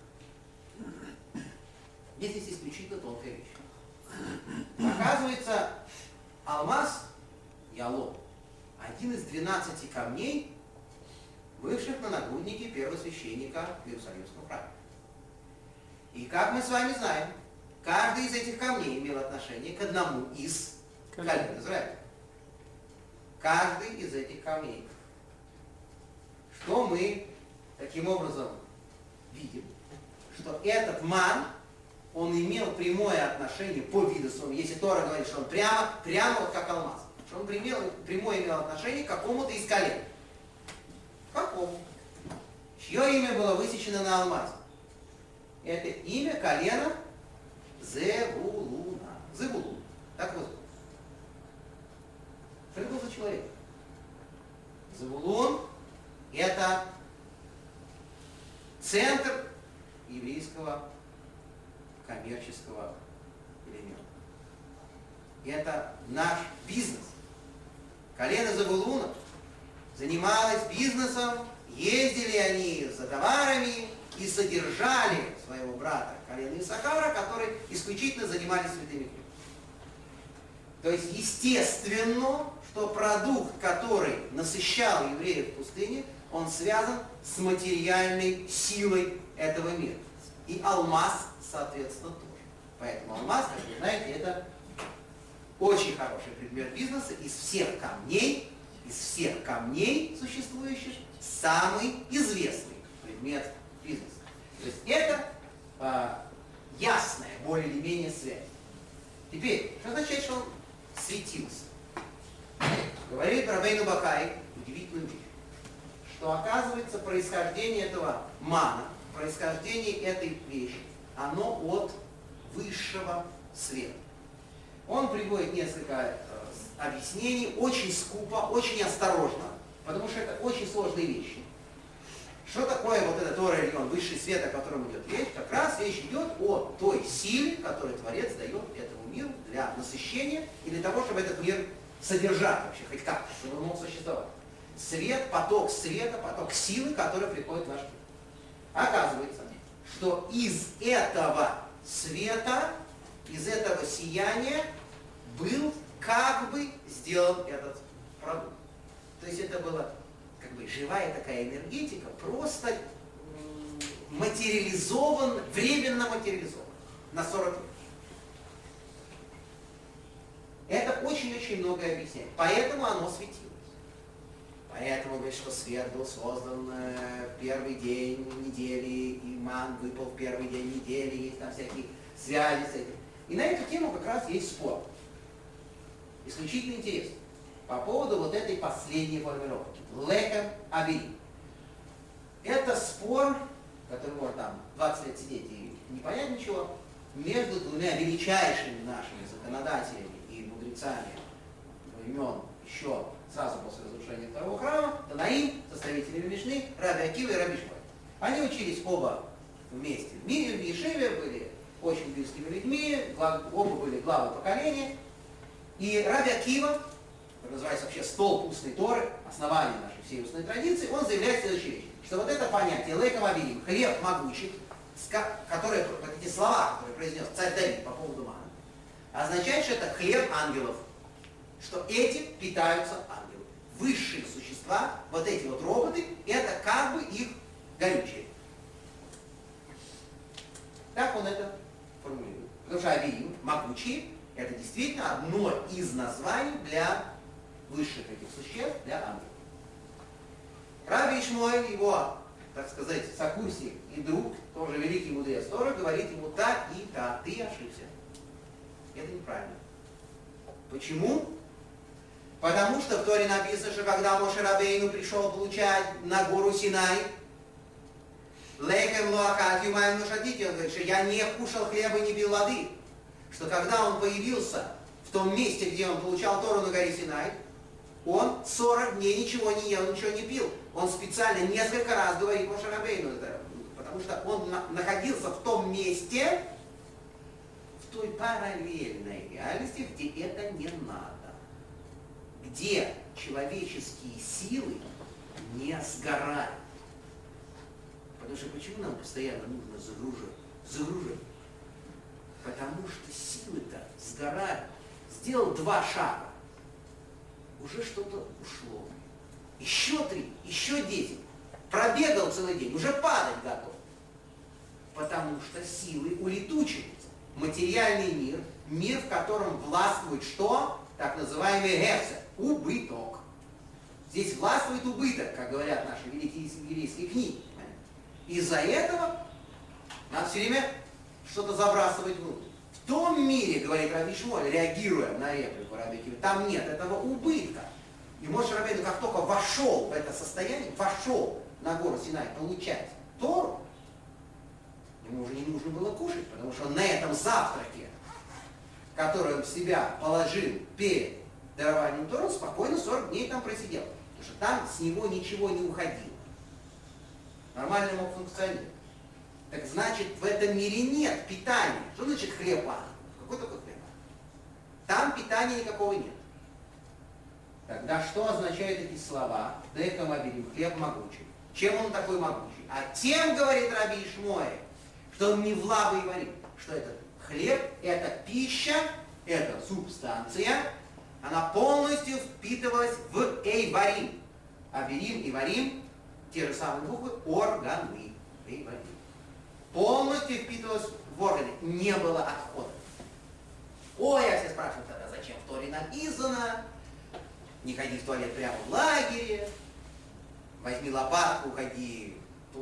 Здесь есть исключительно тонкая вещь. Оказывается, алмаз, ялом, один из 12 камней, бывших на нагруднике первосвященника в Иерусалимском храме. И как мы с вами знаем, каждый из этих камней имел отношение к одному из колен Израиля. Каждый из этих камней. Что мы таким образом видим? Что этот ман, он имел прямое отношение по виду своему. Если Тора говорит, что он прямо вот как алмаз. Что он прямое имел отношение к какому-то из колен. Какому? Чье имя было высечено на алмазе? Это имя колена Зевулуна. Зевулун. Так его зовут. Что это был за человек? Зевулун – это центр еврейского коммерческого элемента. Это наш бизнес. Колено Зевулуна занималось бизнесом, ездили они за товарами и содержали своего брата колена Исахара, которые исключительно занимались святыми книгами. То есть естественно, что продукт, который насыщал евреев в пустыне, он связан с материальной силой этого мира. И алмаз, соответственно, тоже. Поэтому алмаз, как вы знаете, это очень хороший предмет бизнеса. Из всех камней существующих, самый известный предмет бизнеса. То есть это ясная, более или менее связь. Теперь, что означает, что он светился? Говорит Рабейну Бахай удивительную вещь, что оказывается происхождение этого мана, происхождение этой вещи, оно от высшего света. Он приводит несколько объяснений, очень скупо, очень осторожно, потому что это очень сложные вещи. Что такое вот этот Тора Эльон, высший свет, о котором идет речь? Как раз речь идет о той силе, которую Творец дает этому миру для насыщения и для того, чтобы этот мир содержать вообще, хоть как-то, чтобы он мог существовать. свет, поток света, поток силы, который приходит в ваш мир. Оказывается, что из этого света, из этого сияния был как бы сделан этот продукт. То есть это была как бы живая такая энергетика, просто материализован, временно материализован на 40 лет. Это очень-очень многое объясняет. Поэтому оно светилось. Поэтому говорит, что свет был создан в первый день недели, и ман выпал в первый день недели, есть там всякие связи с этим. И на эту тему как раз есть спор. Исключительно интересно. По поводу вот этой последней формулировки. Лекем абирим. Это спор, который может там 20 лет сидеть и не понять ничего, между двумя величайшими нашими законодателями и мудрецами времен еще сразу после разрушения второго храма, Танаим, составители Мишны, Раби Акива и Раби Шмуэль. Они учились оба вместе в мире, в Ешиве, были очень близкими людьми, оба были главы поколения. И Раби Акива, который называется вообще столб устной Торы, основание нашей всей устной традиции, он заявляет следующую вещь, что вот это понятие лекем абирим, хлеб могучий, которые, вот эти слова, которые произнес царь Давид по поводу мана, означает, что это хлеб ангелов, что этим питаются ангелы. Высшие существа, вот эти вот роботы, это как бы их горючее. Так он это формулирует. Потому что абирим, могучие, это действительно одно из названий для высших этих существ, для ангелов. Раби Ишмуэль, его, так сказать, сокурсник и друг, тоже великий мудрец Торы, говорит ему: так и так, ты ошибся. Это неправильно. Почему? Потому что в Торе написано, что когда Моше Рабейну пришел получать на гору Синай, лекем луахат юмаем нушатити, он говорит, что я не кушал хлеба и не пил воды. Что когда он появился в том месте, где он получал Тору на горе Синай, он 40 дней ничего не ел, ничего не пил. Он специально несколько раз говорит Моше Рабейну, потому что он находился в том месте, в той параллельной реальности, где это не надо. Где человеческие силы не сгорают. Потому что почему нам постоянно нужно загружать? Потому что силы-то сгорают. Сделал 2 шага, уже что-то ушло. Еще 3, еще 10. Пробегал целый день, уже падать готов. Потому что силы улетучиваются. Материальный мир, мир, в котором властвует что? Так называемый гефсер, убыток. Здесь властвует убыток, как говорят наши великие еврейские книги. Из-за этого надо все время что-то забрасывать внутрь. В том мире, говорит Раби Шмуэль, реагируя на реплику Раби Акивы, там нет этого убытка. И Моше Рабейну, как только вошел в это состояние, вошел на гору Синай получать Тору, ему уже не нужно было кушать, потому что он на этом завтраке, который он в себя положил перед дарованием Торы, спокойно 40 дней там просидел. Потому что там с него ничего не уходило. Нормально мог функционировать. Так значит, в этом мире нет питания. Что значит хлеба? Какой только хлеб? Там питания никакого нет. Тогда что означают эти слова? Лекем абирим, хлеб могучий. Чем он такой могучий? А тем, говорит Раби Ишмуэль, что он не в лавы и варит. Что это? Хлеб – это пища, это субстанция, она полностью впитывалась в эйварим. Абирим и варим – те же самые буквы, органы. Эйварим. Полностью впитывалась в органы, не было отхода. Ой, я все спрашиваю тогда, зачем в Торе написано, не ходи в туалет прямо в лагере, возьми лопатку, уходи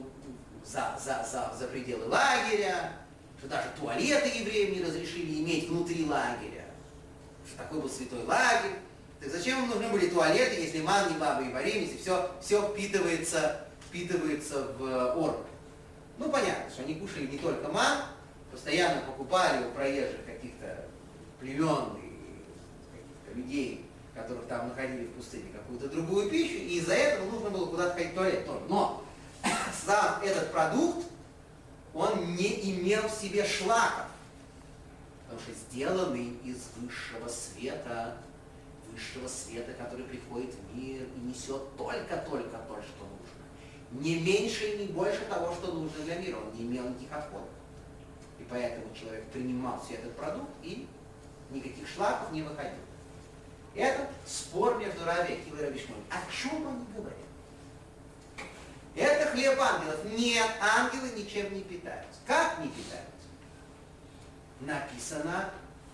за пределы лагеря, что даже туалеты евреям не разрешили иметь внутри лагеря, что такой был святой лагерь. Так зачем им нужны были туалеты, если ман, не баба и варим, если все впитывается в орган? Ну, понятно, что они кушали не только ман, постоянно покупали у проезжих каких-то племен и каких-то людей, которых там находили в пустыне, какую-то другую пищу, и из-за этого нужно было куда-то ходить в туалет тоже. Но сам этот продукт, он не имел в себе шлаков, потому что сделанный из высшего света, высшего света, который приходит в мир и несет только-только то, что нужно. Не меньше и не больше того, что нужно для мира. Он не имел никаких отходов. И поэтому человек принимал все этот продукт и никаких шлаков не выходил. Это спор между Раби Акивой и Раби Шмуэлем. О чем они говорят? Это хлеб ангелов. Нет, ангелы ничем не питаются. Как не питаются? Написано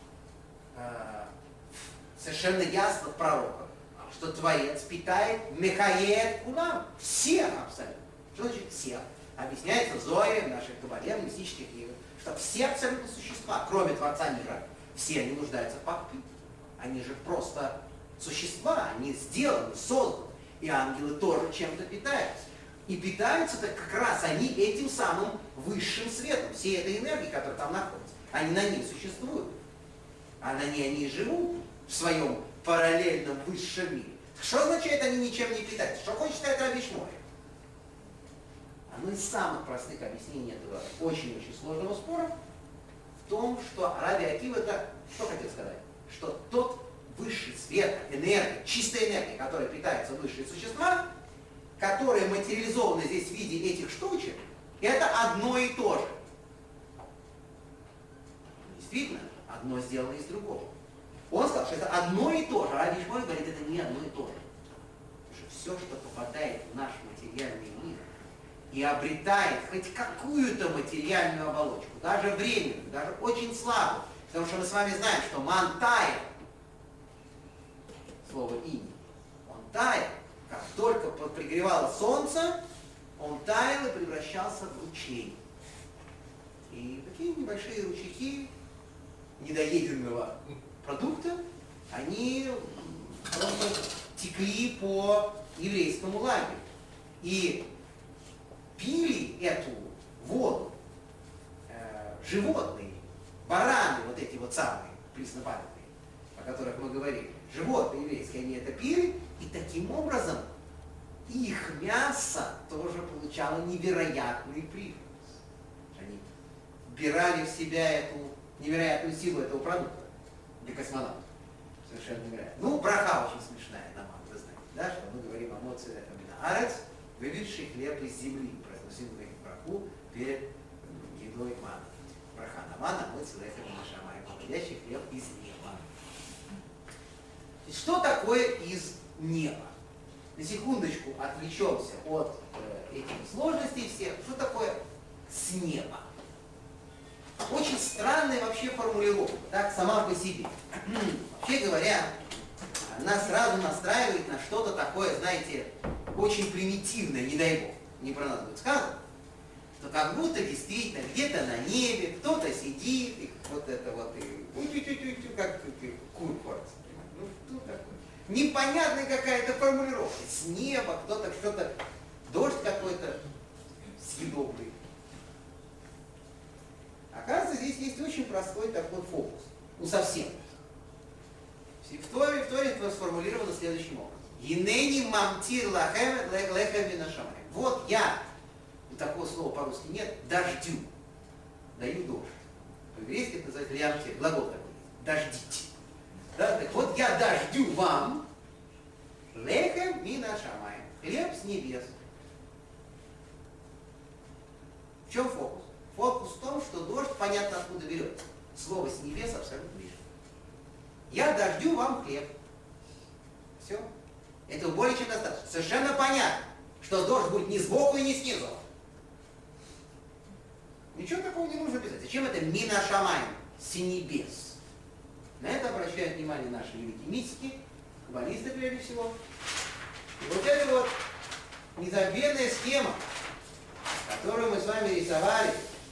совершенно ясно в пророках, что Творец питает Мехаед Кулам. Всех абсолютно. Что значит всех? Объясняется в Зоре, в наших Кабале, в мистических книгах, что все абсолютно существа, кроме Творца мира, все они нуждаются в покупе. Они же просто существа, они сделаны, созданы. И ангелы тоже чем-то питаются. И питаются-то как раз они этим самым высшим светом, всей этой энергией, которая там находится. Они на ней существуют. А на ней они живут в своем параллельном высшем мире. Что означает, они ничем не питаются? Что хочет сказать Раби Шмуэль? Одно из самых простых объяснений этого очень-очень сложного спора в том, что Раби Акива это, что хотел сказать? Что тот высший свет, энергия, чистая энергия, которой питаются высшие существа, которые материализованы здесь в виде этих штучек, это одно и то же. Действительно, одно сделано из другого. Он сказал, что это одно и то же, а Раби Шмуэль говорит, это не одно и то же. Потому что все, что попадает в наш материальный мир и обретает хоть какую-то материальную оболочку, даже временную, даже очень слабую, потому что мы с вами знаем, что ман тает, слово инь, он тает, как только пригревало солнце, он таял и превращался в ручей. И такие небольшие ручейки недоеденного продукта, они просто текли по еврейскому лагерю. И пили эту воду животные, бараны, вот эти вот самые преснопамятные, о которых мы говорили, животные еврейские, они это пили, и таким образом их мясо тоже получало невероятный привкус. Они вбирали в себя эту невероятную силу этого продукта для космонавтов. Совершенно невероятно. Ну, браха очень смешная, нам, вы знаете, да, что мы говорим о моце арец, выведший хлеб из земли, произносим браху перед едой мана. Браха на мана, моце лехамина шамай, выводящий хлеб из неба. И что такое из неба? На секундочку отвлечемся от этих сложностей всех. Что такое с неба? Очень странная вообще формулировка, так, сама по себе. Вообще говоря, она сразу настраивает на что-то такое, знаете, очень примитивное, не дай бог, не про нас будет сказано, что как будто действительно где-то на небе кто-то сидит, и вот это вот, и как кур ходит. Ну, что такое? Непонятная какая-то формулировка. С неба кто-то что-то, дождь какой-то съедобный. Оказывается, здесь есть очень простой такой фокус. Ну, совсем. В Торе это сформулировано следующим образом. Енени мамтир лахем лехем минашамай. Вот я, такого слова по-русски нет, дождю. Даю дождь. По-еврейски это называется лямтир, глагол такой. Дождите. Да, так вот я дождю вам лехем минашамай. Хлеб с небес. В чем фокус? Фокус в том, что дождь понятно откуда берется. Слово с небес абсолютно лишнее. Я дождю вам хлеб. Все. Этого более чем достаточно. Совершенно понятно, что дождь будет ни сбоку и ни снизу. Ничего такого не нужно писать. Зачем это минашамай? С небес. На это обращают внимание наши великие мистики, каббалисты прежде всего. И вот эта вот незабвенная схема, которую мы с вами рисовали,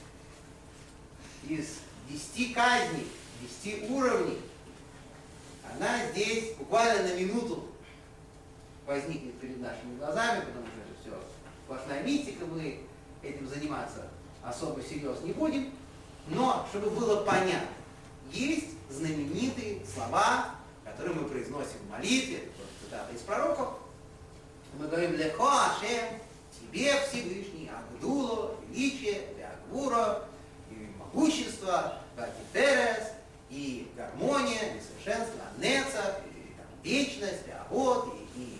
из 10 казней, 10 уровней, она здесь буквально на минуту возникнет перед нашими глазами, потому что это все сплошная мистика, мы этим заниматься особо серьезно не будем. Но, чтобы было понятно, есть знаменитые слова, которые мы произносим в молитве, это цитата из пророков. Мы говорим «Лехо Ашем», «Тебе, Всевышний, Агдуло», «Величие», «Веагвуро», и «Могущество», «Ватитерес», и «Гармония», «Несовершенство», «Нецах», и вечность, охота и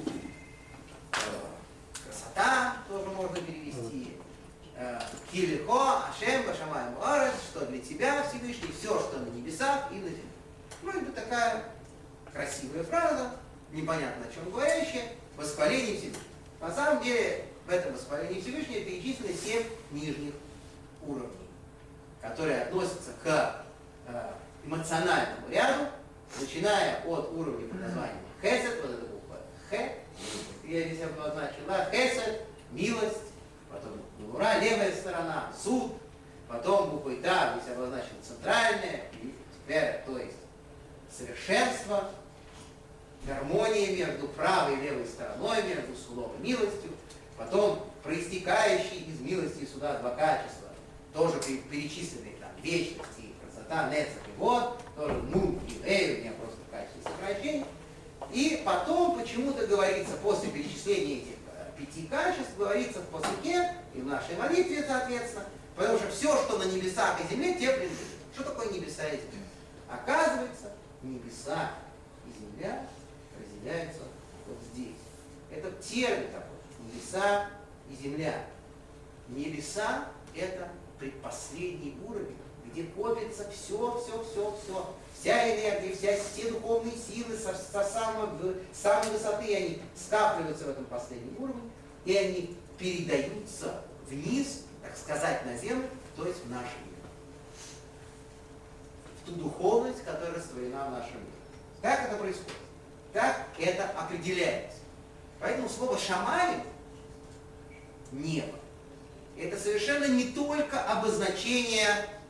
красота, тоже можно перевести. Килихо, Ашем, Башамай Муарес, что для тебя, Всевышний, все, что на небесах и на земле. Вроде бы такая красивая фраза, непонятно о чем говорящая, восхваление Всевышнего. На самом деле, в этом восхвалении Всевышнего перечислены 7 нижних уровней, которые относятся к эмоциональному ряду, начиная от уровня под названием Хесед, вот эта буква Х, я здесь обозначила, Хесед, милость, потом Гура, левая сторона, суд, потом буквой Та, здесь обозначена центральная, то есть совершенство, гармония между правой и левой стороной, между судом и милостью, потом проистекающие из милости и суда два качества, тоже перечисленные там вечность и красота, нецах и вот, тоже нун и эй, у меня просто в качестве сокращения. И потом почему-то говорится, после перечисления этих 5 качеств, говорится в посылке и в нашей молитве, соответственно, потому что все, что на небесах и земле, те принадлежит. Что такое небеса и земля? Оказывается, небеса и земля разделяются вот здесь. Это термин такой. Небеса и земля. Небеса – это предпоследний уровень, где копится все. Вся энергия, все духовные силы со самой высоты, они скапливаются в этом последнем уровне, и они передаются вниз, так сказать, на землю, то есть в наш мир. В ту духовность, которая растворена в нашем мире. Как это происходит? Так это определяется. Поэтому слово «шамаим» – небо. Это совершенно не только обозначение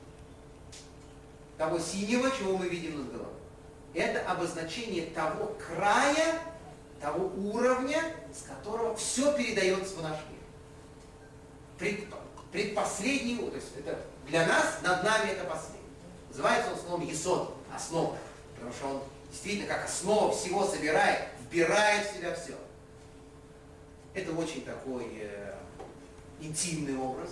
того синего, чего мы видим над головой. Это обозначение того края, того уровня, с которого все передается в наш мир. Предпоследний уровень. То есть это для нас, над нами это последний. Называется он словом «есод», основа. Потому что он действительно как основа всего собирает, вбирает в себя все. Это очень такой интимный образ.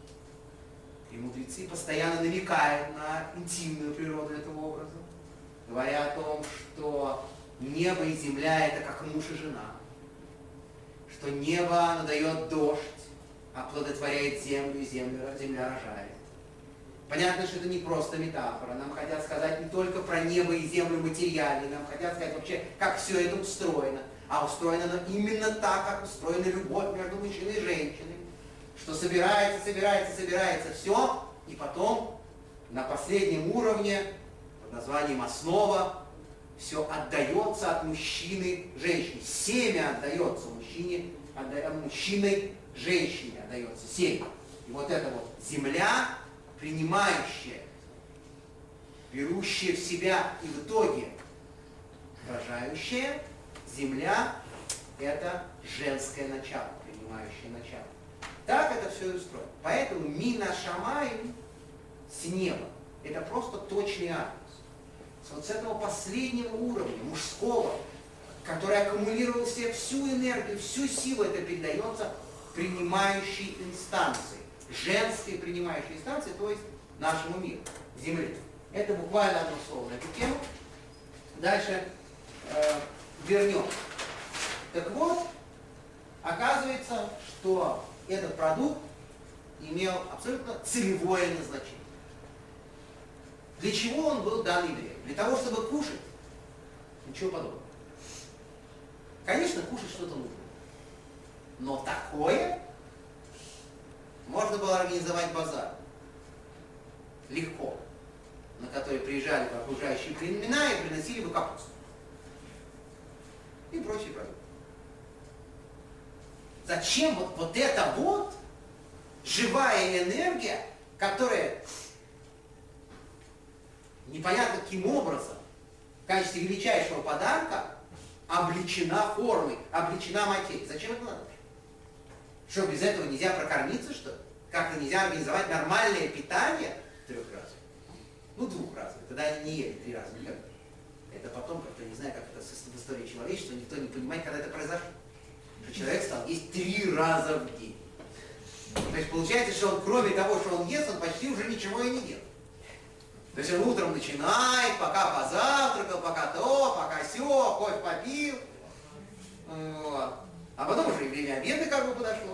И мудрецы постоянно намекают на интимную природу этого образа, говоря о том, что небо и земля – это как муж и жена, что небо оно дает дождь, оплодотворяет землю, и земля рожает. Понятно, что это не просто метафора. Нам хотят сказать не только про небо и землю материальные, нам хотят сказать вообще, как все это устроено. А устроено оно именно так, как устроена любовь между мужчиной и женщиной. Что собирается все, и потом на последнем уровне, под названием основа, все отдается от мужчины женщине. Семя отдается мужчине, мужчиной женщине отдается семя. И вот эта вот земля, принимающая, берущая в себя и в итоге рожающая, земля – это женское начало, принимающее начало. Так это все и устроено. Поэтому мина шамаим с неба – это просто точный адрес. Вот с этого последнего уровня, мужского, который аккумулировал в себе всю энергию, всю силу, это передается принимающей инстанции, женской принимающей инстанции, то есть нашему миру, Земле. Это буквально одно слово на эту тему. Дальше вернем. Так вот, оказывается, что этот продукт имел абсолютно целевое назначение. Для чего он был дан евреям? Для того, чтобы кушать? Ничего подобного. Конечно, кушать что-то нужно. Но такое можно было организовать базар. Легко. На который приезжали бы окружающие племена и приносили бы капусту. И прочие продукты. Зачем вот эта вот живая энергия, которая непонятно каким образом в качестве величайшего подарка облечена формой, облечена материей. Зачем это надо? Что, без этого нельзя прокормиться, что ли? Как-то нельзя организовать нормальное питание 3 раз? Ну, 2 раз. Тогда они не ели 3 раза никогда. Это потом как-то, не знаю, как это в истории человечества, никто не понимает, когда это произошло. Что человек стал есть 3 раза в день. То есть получается, что он, кроме того, что он ест, он почти уже ничего и не делает. То есть он утром начинает, пока позавтракал, пока то, пока сё, кофе попил. Вот. А потом уже и время обеда как бы подошло.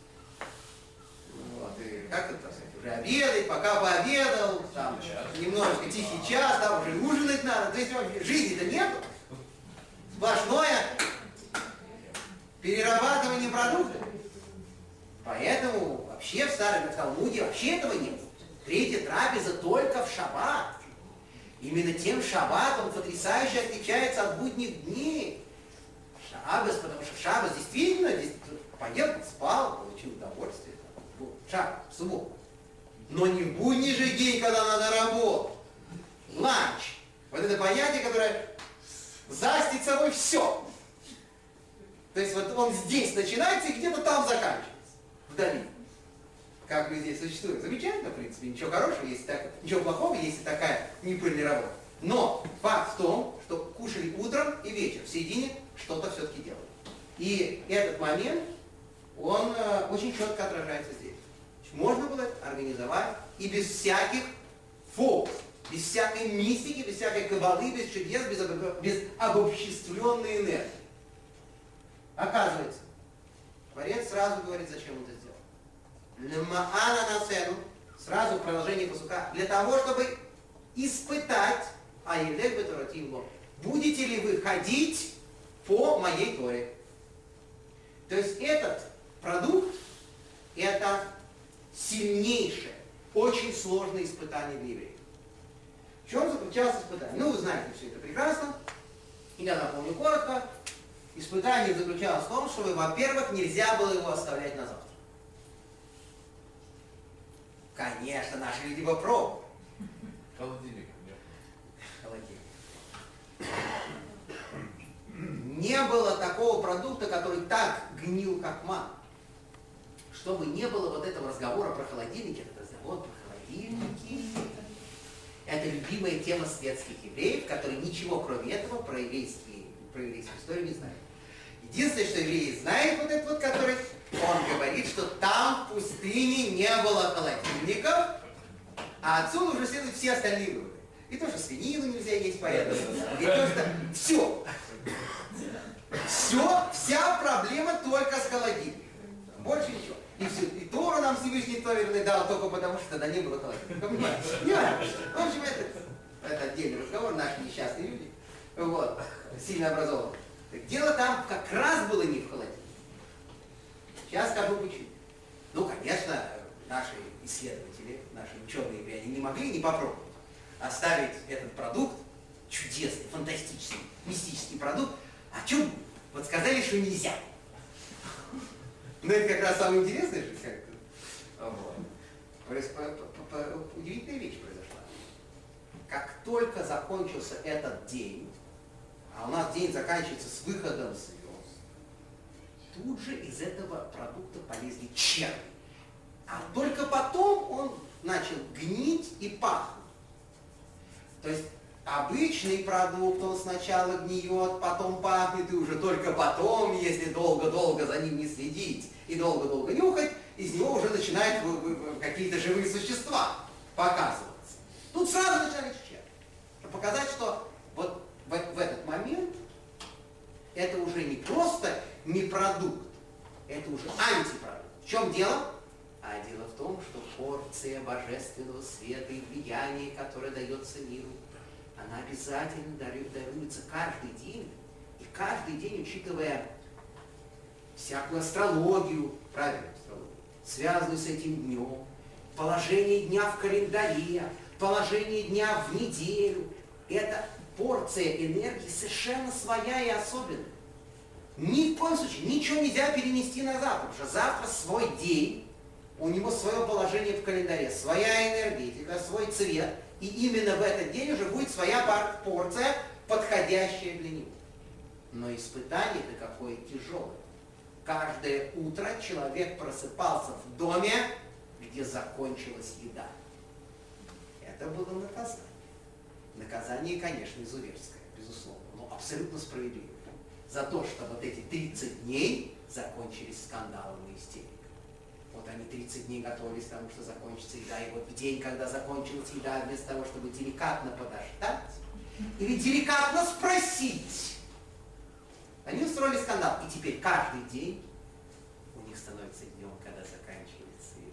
Вот. И как это, так сказать, уже обедать, пока пообедал, там немножечко тихий час, там уже ужинать надо. То есть вообще жизни-то нету. Сплошное перерабатывание продуктов. Поэтому вообще в Старом Талмуде вообще этого нет. Третья трапеза только в шаббат. Именно тем шаббат он потрясающе отличается от будних дней. Шаббат, потому что в шаббат действительно здесь поел, спал, получил удовольствие. Шаббат, в субботу. Но не в будний же день, когда надо работать. Ланч. Вот это понятие, которое застит собой все. То есть вот он здесь начинается и где-то там заканчивается. Вдали. Как бы здесь существует. Замечательно, в принципе, ничего хорошего, если так, ничего плохого, если такая непрямая работа. Но факт в том, что кушали утром и вечером, в середине что-то все-таки делали. И этот момент, он очень четко отражается здесь. Можно было это организовать и без всяких фокусов, без всякой мистики, без всякой кабалы, без чудес, без обобществленной энергии. Оказывается, Творец сразу говорит, зачем он это сделал. Лемаана насену, сразу в продолжении пасука, для того, чтобы испытать, будете ли вы ходить по моей Торе. То есть этот продукт, это сильнейшее, очень сложное испытание для евреев. В чем заключалось испытание? Ну, вы знаете все это прекрасно. Я напомню коротко. Испытание заключалось в том, что, во-первых, нельзя было его оставлять на завтра. Конечно, наши люди попробовали. Холодильник нет. Холодильник. Не было такого продукта, который так гнил, как ман. Чтобы не было вот этого разговора про холодильники, этот разговор про холодильники. Это любимая тема светских евреев, которые ничего, кроме этого, про еврейскую историю не знают. Единственное, что евреи знают, вот этот вот, который, он говорит, что там в пустыне не было холодильников, а отсюда уже следуют все остальные выводы. И то, что свинину нельзя есть, поэтому, и то, что все. Все, вся проблема только с холодильником. Больше ничего. И все. И Тору нам Всевышний Товерный дал только потому, что тогда не было холодильника. Понимаете? В общем, это отдельный разговор, наши несчастные люди. Вот. Сильно образованные. Так дело там как раз было не в холодильнике. Сейчас скажу почему. Ну, конечно, наши исследователи, наши ученые, они не могли не попробовать оставить этот продукт, чудесный, фантастический, мистический продукт, а чем вот сказали, что нельзя. Но это как раз самое интересное, что как-то. Вот. Удивительная вещь произошла. Как только закончился этот день, а у нас день заканчивается с выходом звезд, тут же из этого продукта полезли черви. А только потом он начал гнить и пахнуть. То есть обычный продукт, он сначала гниет, потом пахнет, и уже только потом, если долго-долго за ним не следить и долго-долго нюхать, из него уже начинают какие-то живые существа показываться. Тут сразу начинали черви. Чтобы показать, что вот в этот момент это уже не просто не продукт, это уже антипродукт. В чем дело? А дело в том, что порция божественного света и влияния, которое дается миру, она обязательно даруется каждый день. И каждый день, учитывая всякую астрологию, правильную астрологию, связанную с этим днем, положение дня в календаре, положение дня в неделю, эта порция энергии совершенно своя и особенная. Ни в коем случае ничего нельзя перенести на завтра, потому что завтра свой день, у него свое положение в календаре, своя энергетика, свой цвет, и именно в этот день уже будет своя порция, подходящая для него. Но испытание-то какое тяжелое. Каждое утро человек просыпался в доме, где закончилась еда. Это было наказание. Наказание, конечно, изуверское, безусловно, но абсолютно справедливое. За то, что вот эти 30 дней закончились скандалом и истерикой. Вот они 30 дней готовились к тому, что закончится еда, и вот в день, когда закончилась еда, вместо того, чтобы деликатно подождать, или деликатно спросить, Они устроили скандал. И теперь каждый день у них становится днем, когда заканчивается свет.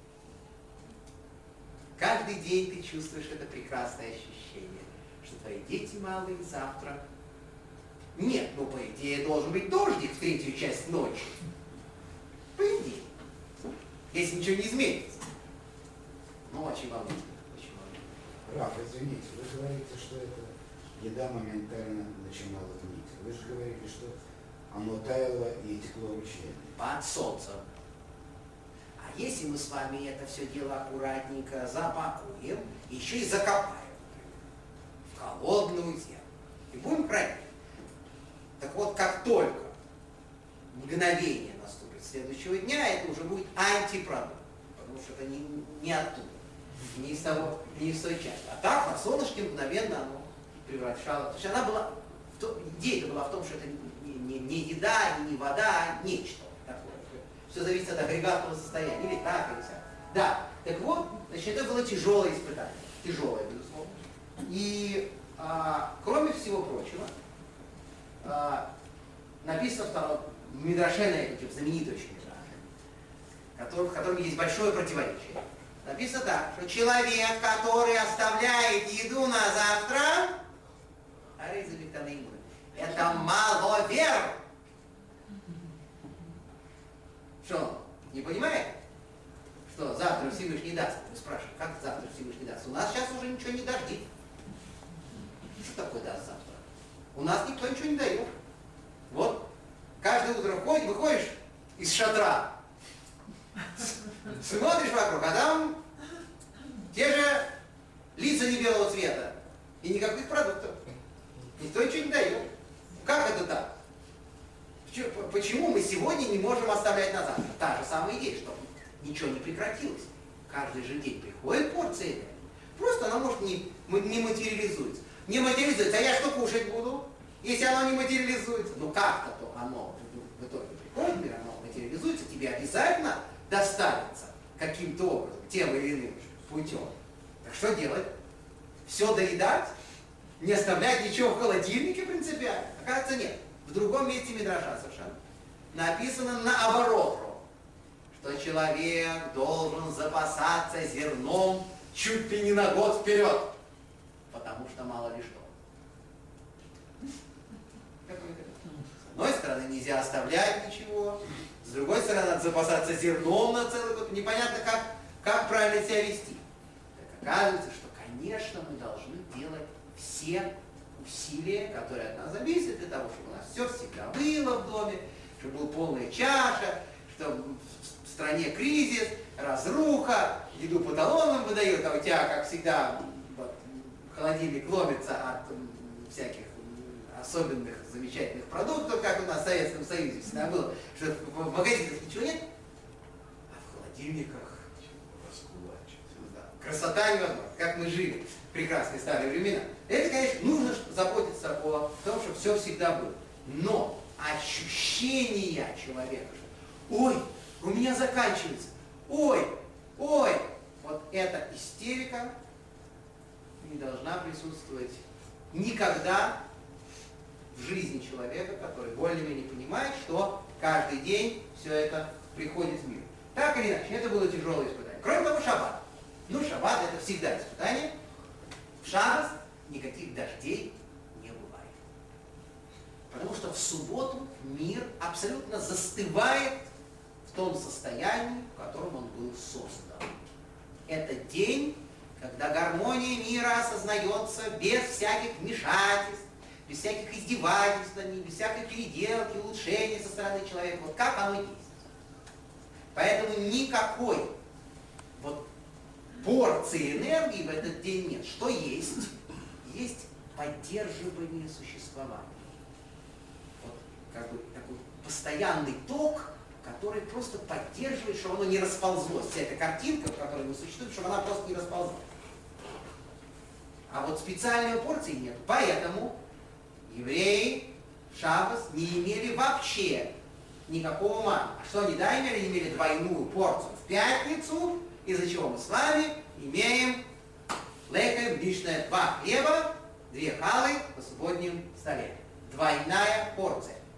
Каждый день ты чувствуешь это прекрасное ощущение, что твои дети малые завтра. Нет, ну по идее должен быть дождик в 3-ю часть ночи. По идее. Если ничего не изменится. Ну, очень волнительно. Очень волнительно. Раф, извините, вы говорите, что эта еда моментально начинала гнить. Вы же говорили, что оно таяло и текло ручьями. Под солнцем. А если мы с вами это все дело аккуратненько запакуем, еще и закопаем в холодную землю и будем хранить. Так вот, как только мгновение наступит следующего дня, это уже будет антипродукт, потому что это не оттуда, не из той части. А так на солнышке мгновенно оно превращало. То есть она была, идея была в том, что это не еда, не вода, а нечто такое. Все зависит от агрегатного состояния, или так, или так. Да, так вот, значит, это было тяжелое испытание. Тяжелое, безусловно. И кроме всего прочего, написано в Мидраше Нехекев, знаменитый очень Мидраш, в котором есть большое противоречие. Написано так, что человек, который оставляет еду на завтра, это маловер. Что, не понимает? Что завтра Всевышний даст? Вы спрашиваете, как завтра Всевышний даст? У нас сейчас уже ничего не дождит. Что такое даст завтра? У нас никто ничего не дает. Вот, каждое утро выходишь из шатра, смотришь вокруг, а там те же лица не белого цвета и никаких продуктов. Никто ничего не дает. Как это так? Почему мы сегодня не можем оставлять на завтра? Та же самая идея, что ничего не прекратилось. Каждый же день приходит порция энергии. Просто она может не материализуется. Не материализуется, а я что кушать буду? Если оно не материализуется, ну как-то то оно в итоге приходит, мир, оно материализуется, тебе обязательно достанется каким-то образом, тем или иным путем. Так что делать? Все доедать? Не оставлять ничего в холодильнике принципиально? Оказывается, нет. В другом месте Мидраша совершенно написано наоборот, что человек должен запасаться зерном чуть ли не на год вперед, потому что мало ли что. С одной стороны, нельзя оставлять ничего, с другой стороны, надо запасаться зерном на целый год. Непонятно, как правильно себя вести. Так оказывается, что, конечно, мы должны делать все усилия, которые от нас зависят, для того, чтобы у нас все всегда было в доме, чтобы была полная чаша, чтобы в стране кризис, разруха, еду по талонам выдают, а у тебя, как всегда, вот, холодильник ломится от всяких особенных, замечательных продуктов, как у нас в Советском Союзе всегда было, что в магазинах ничего нет, а в холодильниках красота невозможна, как мы жили в прекрасные старые времена. Это, конечно, нужно заботиться о том, чтобы все всегда было. Но ощущение человека, что ой, у меня заканчивается, ой, вот эта истерика не должна присутствовать никогда в жизни человека, который более-менее понимает, что каждый день все это приходит в мир. Так или иначе, это было тяжелое испытание. Кроме того, шаббат. Ну, шаббат это всегда испытание. В шаббат никаких дождей не бывает. Потому что в субботу мир абсолютно застывает в том состоянии, в котором он был создан. Это день, когда гармония мира осознается без всяких вмешательств, без всяких издевательств над ним, без всякой переделки, улучшения со стороны человека. Вот как оно есть. Поэтому никакой вот порции энергии в этот день нет. Что есть? Есть поддерживание существования. Вот как бы такой постоянный ток, который просто поддерживает, чтобы оно не расползлось. Вся эта картинка, в которой мы существуем, чтобы она просто не расползлась. А вот специальной порции нет. Поэтому евреи в шаббат не имели вообще никакого мана. А что они, да, имели? Имели двойную порцию в пятницу, из-за чего мы с вами имеем лехем мишне, 2 хлеба, 2 халы на субботнем столе. Двойная порция.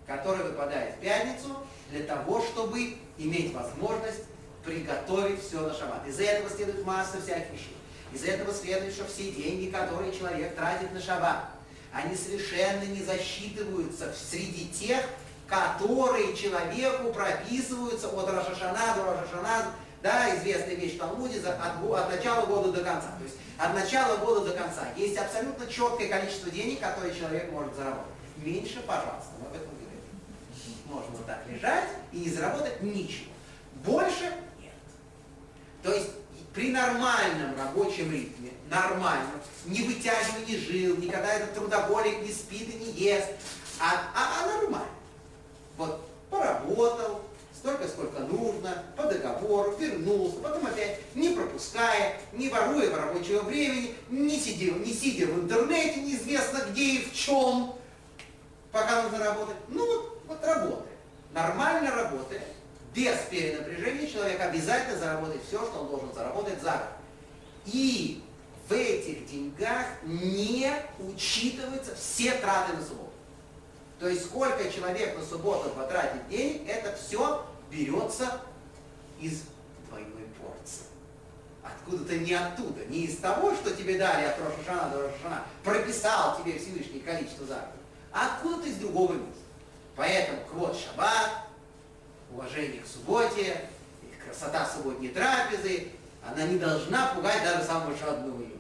который выпадает в пятницу для того, чтобы иметь возможность приготовить все на шаббат. Из-за этого следует масса всяких вещей. Из-за этого следует, что все деньги, которые человек тратит на шаббат, они совершенно не засчитываются среди тех, которые человеку прописываются от Рош ха-Шана до Рош ха-Шана, да, известная вещь в Талмуде, от начала года до конца. То есть от начала года до конца есть абсолютно четкое количество денег, которые человек может заработать. Меньше, пожалуйста, мы об этом говорим. Можно вот так лежать и не заработать ничего. Больше нет. То есть при нормальном рабочем ритме, нормальном, не вытягивании жил, никогда этот трудоголик не спит и не ест, а нормально. Вот поработал, столько, сколько нужно, по договору, вернулся, потом опять, не пропуская, не воруя рабочего времени, не сидя в интернете, неизвестно где и в чем, пока нужно работать. Ну вот работает. Нормально работает, без перенапряжения человек обязательно заработает все, что он должен заработать за год. И в этих деньгах не учитываются все траты на субботу. То есть сколько человек на субботу потратит денег, это все берется из двойной порции. Откуда-то не оттуда, не из того, что тебе дали от Рош ха-Шана до Рош ха-Шана, прописал тебе Всевышнее количество заработка, а откуда-то из другого места. Поэтому квот шаббат, уважение к субботе, красота субботней трапезы, она не должна пугать даже самого жадного еврея.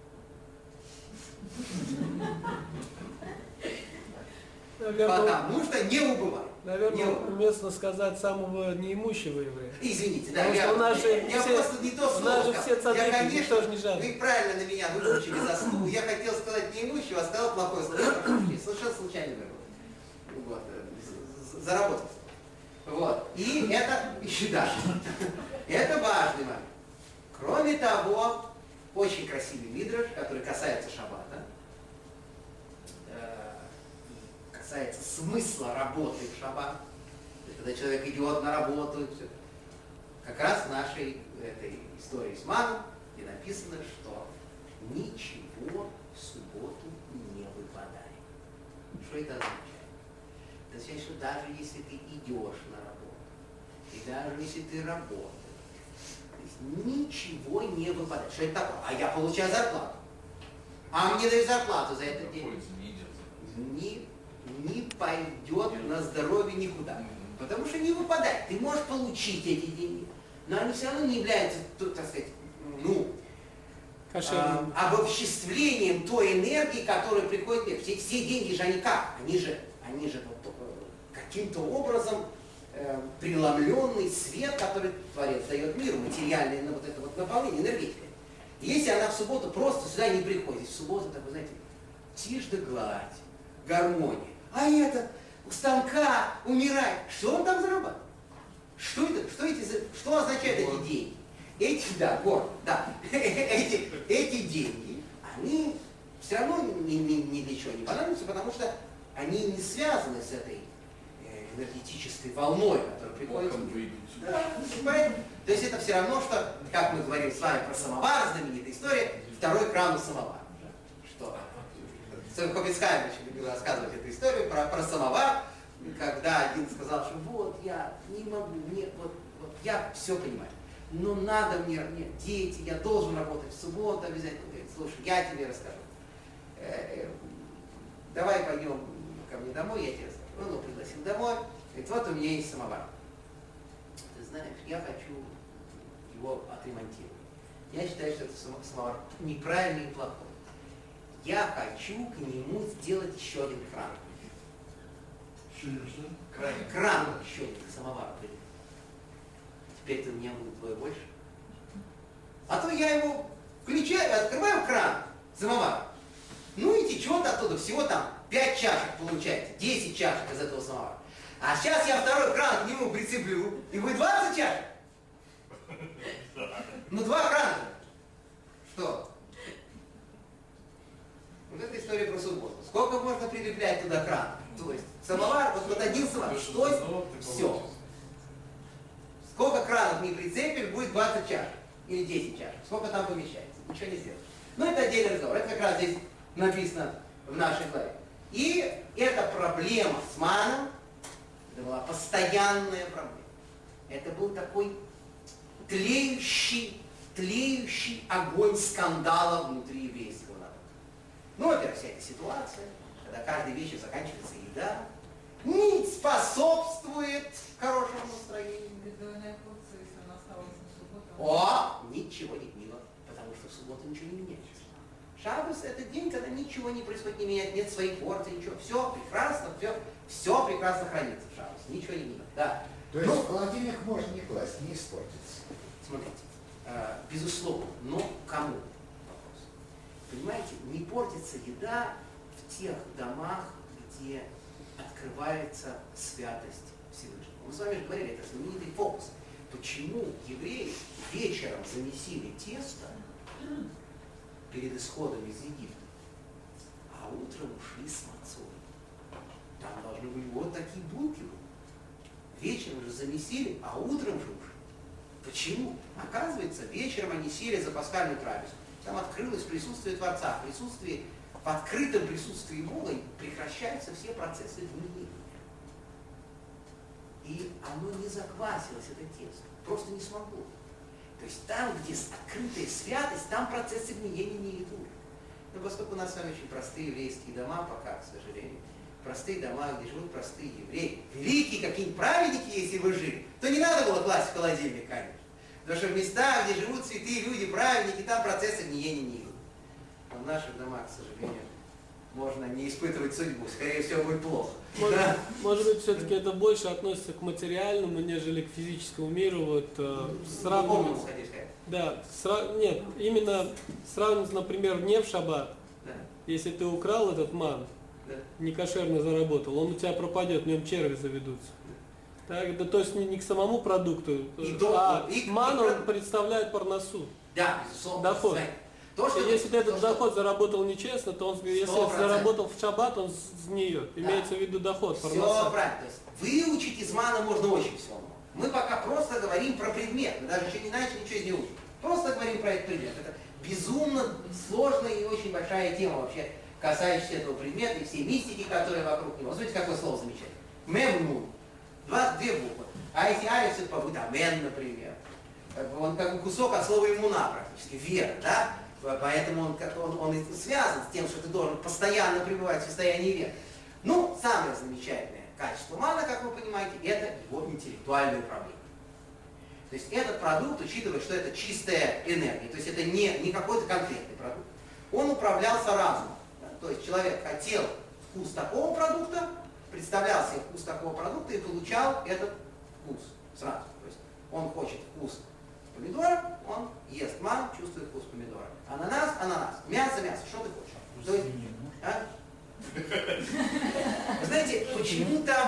Потому что не убывает. Наверное, уместно сказать самого неимущего еврея. Извините, да, я просто не то слово сказал. Я, конечно, тоже не вы правильно на меня выключили за стул. Я хотел сказать неимущего, а сказал плохое слово. Совершенно случайно выбрал. Вот. Заработал. Вот. И это еще дальше. Это важный момент. Кроме того, очень красивый мидраш, который касается шаббата, касается смысла работы в шаббат. Когда человек идет на работу, как раз в нашей этой истории с маном, где написано, что ничего в субботу не выпадает. Что это означает? Это означает, что даже если ты идешь на работу, и даже если ты работаешь, ничего не выпадает. Что это такое? А я получаю зарплату. А мне дают зарплату за этот день. Не пойдет на здоровье никуда. Потому что не выпадает. Ты можешь получить эти деньги, но они все равно не являются, так сказать, обобществлением той энергии, которая приходит мне. Все деньги же они как? Они же каким-то образом преломленный свет, который Творец дает миру, материальное вот это вот наполнение, энергетика. Если она в субботу просто сюда не приходит, в субботу, так вы знаете, тишь да гладь, гармония. А этот у станка умирает. Что он там зарабатывает? Что означают эти деньги? Эти деньги, они все равно ни для чего не понадобятся, потому что они не связаны с этой энергетической волной, которая приходит. То есть это все равно, что, как мы говорим с вами про самовар, знаменитая история, второй кран у самовара. Что? Ховицхайм очень любил рассказывать эту историю про самовар, когда один сказал, что вот я не могу, я все понимаю, но надо мне дети, я должен работать в субботу обязательно. Говорит, слушай, я тебе расскажу. Давай пойдем ко мне домой, я тебе расскажу. Он его пригласил домой, говорит, вот у меня есть самовар. Ты знаешь, я хочу его отремонтировать. Я считаю, что это самовар неправильный и плохой. Я хочу к нему сделать еще один кран. Кран еще один самовар. Теперь-то у меня будет вдвое больше. А то я его включаю, открываю кран самовара. Ну и течет оттуда всего там 5 чашек получается, 10 чашек из этого самовара. А сейчас я второй кран к нему прицеплю, и будет 20 чашек. Ну 2 крана. Что? Вот эта история про субботу. Сколько можно прилеплять туда кран? То есть самовар, вот один самовар, что? Все. Сколько кранов не прицепишь, будет 20 чашек. Или 10 чашек. Сколько там помещается? Ничего не сделаешь. Но это отдельный разговор. Это как раз здесь написано в нашей главе. И эта проблема с маном Это была постоянная проблема. Это был такой тлеющий огонь скандала внутри еврейского народа. Ну, во-первых, вся эта ситуация, когда каждый вечер заканчивается еда, не способствует хорошему настроению. Бедовая порция, если она осталась на субботу. О, ничего не было, потому что в субботу ничего не меняется. Шаббос — это день, когда ничего не происходит, не меняет, нет своей порции, ничего. Все прекрасно, все прекрасно хранится в шаббос, ничего не меняется. Да. То есть в холодильник можно не класть, не испортится. Смотрите, безусловно, но кому вопрос? Понимаете, не портится еда в тех домах, где открывается святость Всевышнего. Мы с вами же говорили, это знаменитый фокус. Почему евреи вечером замесили тесто перед исходом из Египта, а утром ушли с мацой? Там должны были вот такие булки быть. Вечером же замесили, а утром же ушли. Почему? Оказывается, вечером они сели за пасхальную трапезу. Там открылось присутствие Творца. В открытом присутствии Бога прекращаются все процессы гниения. И оно не заквасилось, это тесто. Просто не смогло. То есть там, где открытая святость, там процессы гниения не идут. Но поскольку у нас с вами очень простые еврейские дома, пока, к сожалению, простые дома, где живут простые евреи, великие какие-нибудь праведники, если вы жили, то не надо было класть в холодильник, конечно. Потому что в местах, где живут святые люди, праведники, там процессы гниения не идут. Но в наших домах, к сожалению, можно не испытывать судьбу, скорее всего, будет плохо. Может быть, все-таки это больше относится к материальному, нежели к физическому миру. Вот сравнивать. Да, нет, именно сравнивать, например, не в шаббат. Да. Если ты украл этот ман, Да. некошерно заработал, он у тебя пропадет, в нем черви заведутся. Так, да, то есть не к самому продукту, ман он представляет парносу. Да, безусловно. Доход. То, что если ты этот доход заработал нечестно, то он, если заработал в шаббат, он сгниет. Да. Имеется в виду доход. Все правильно. То есть выучить из мана можно очень все. Мы пока просто говорим про предмет. Мы даже еще не начали ничего из него учить. Просто говорим про этот предмет. Это безумно сложная и очень большая тема вообще, касающаяся этого предмета и всей мистики, которая вокруг него. Смотрите, какое слово замечательное. Мемну. Две буквы. А если алиф, это будет амен, например. Он как бы кусок от слова иммуна практически, вера, да? Поэтому он и связан с тем, что ты должен постоянно пребывать в состоянии веры. Ну, самое замечательное качество мана, как вы понимаете, это его интеллектуальные проблемы. То есть этот продукт, учитывая, что это чистая энергия, то есть это не какой-то конкретный продукт, он управлялся разумом. Да? То есть человек хотел вкус такого продукта, представлял себе вкус такого продукта и получал этот вкус сразу. То есть он хочет вкус помидора, он ест ман, чувствует вкус помидора. Ананас, ананас. Мясо, мясо. Что ты хочешь? То есть, а? Вы знаете, почему-то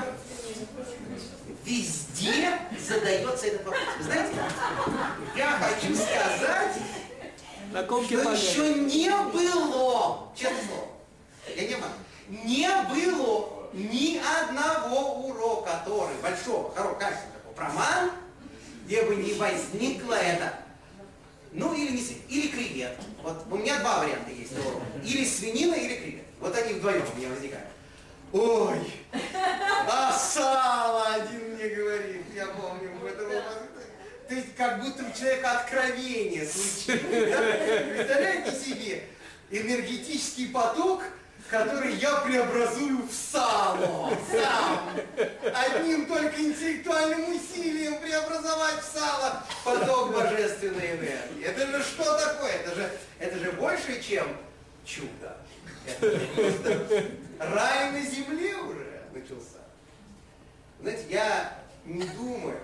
везде задается этот вопрос. Вы знаете, я хочу сказать, что еще не было, честное слово, я не могу, не было ни одного урока, который большого, хорошего, качественного такого про ман, где бы не возникло это. Ну, или креветки. Вот у меня два варианта есть. Или свинина, или креветки. Вот они вдвоем у меня возникают. Ой, а сало один мне говорит, я помню, в этом то есть как будто у человека откровение случилось. Да? Представляете себе энергетический поток, который я преобразую в сало. Сам. Одним только интеллектуальным усилием преобразовать в сало поток божественной энергии. Это же что такое? Это же больше, чем чудо. Это же просто рай на земле уже начался. Знаете, я не думаю,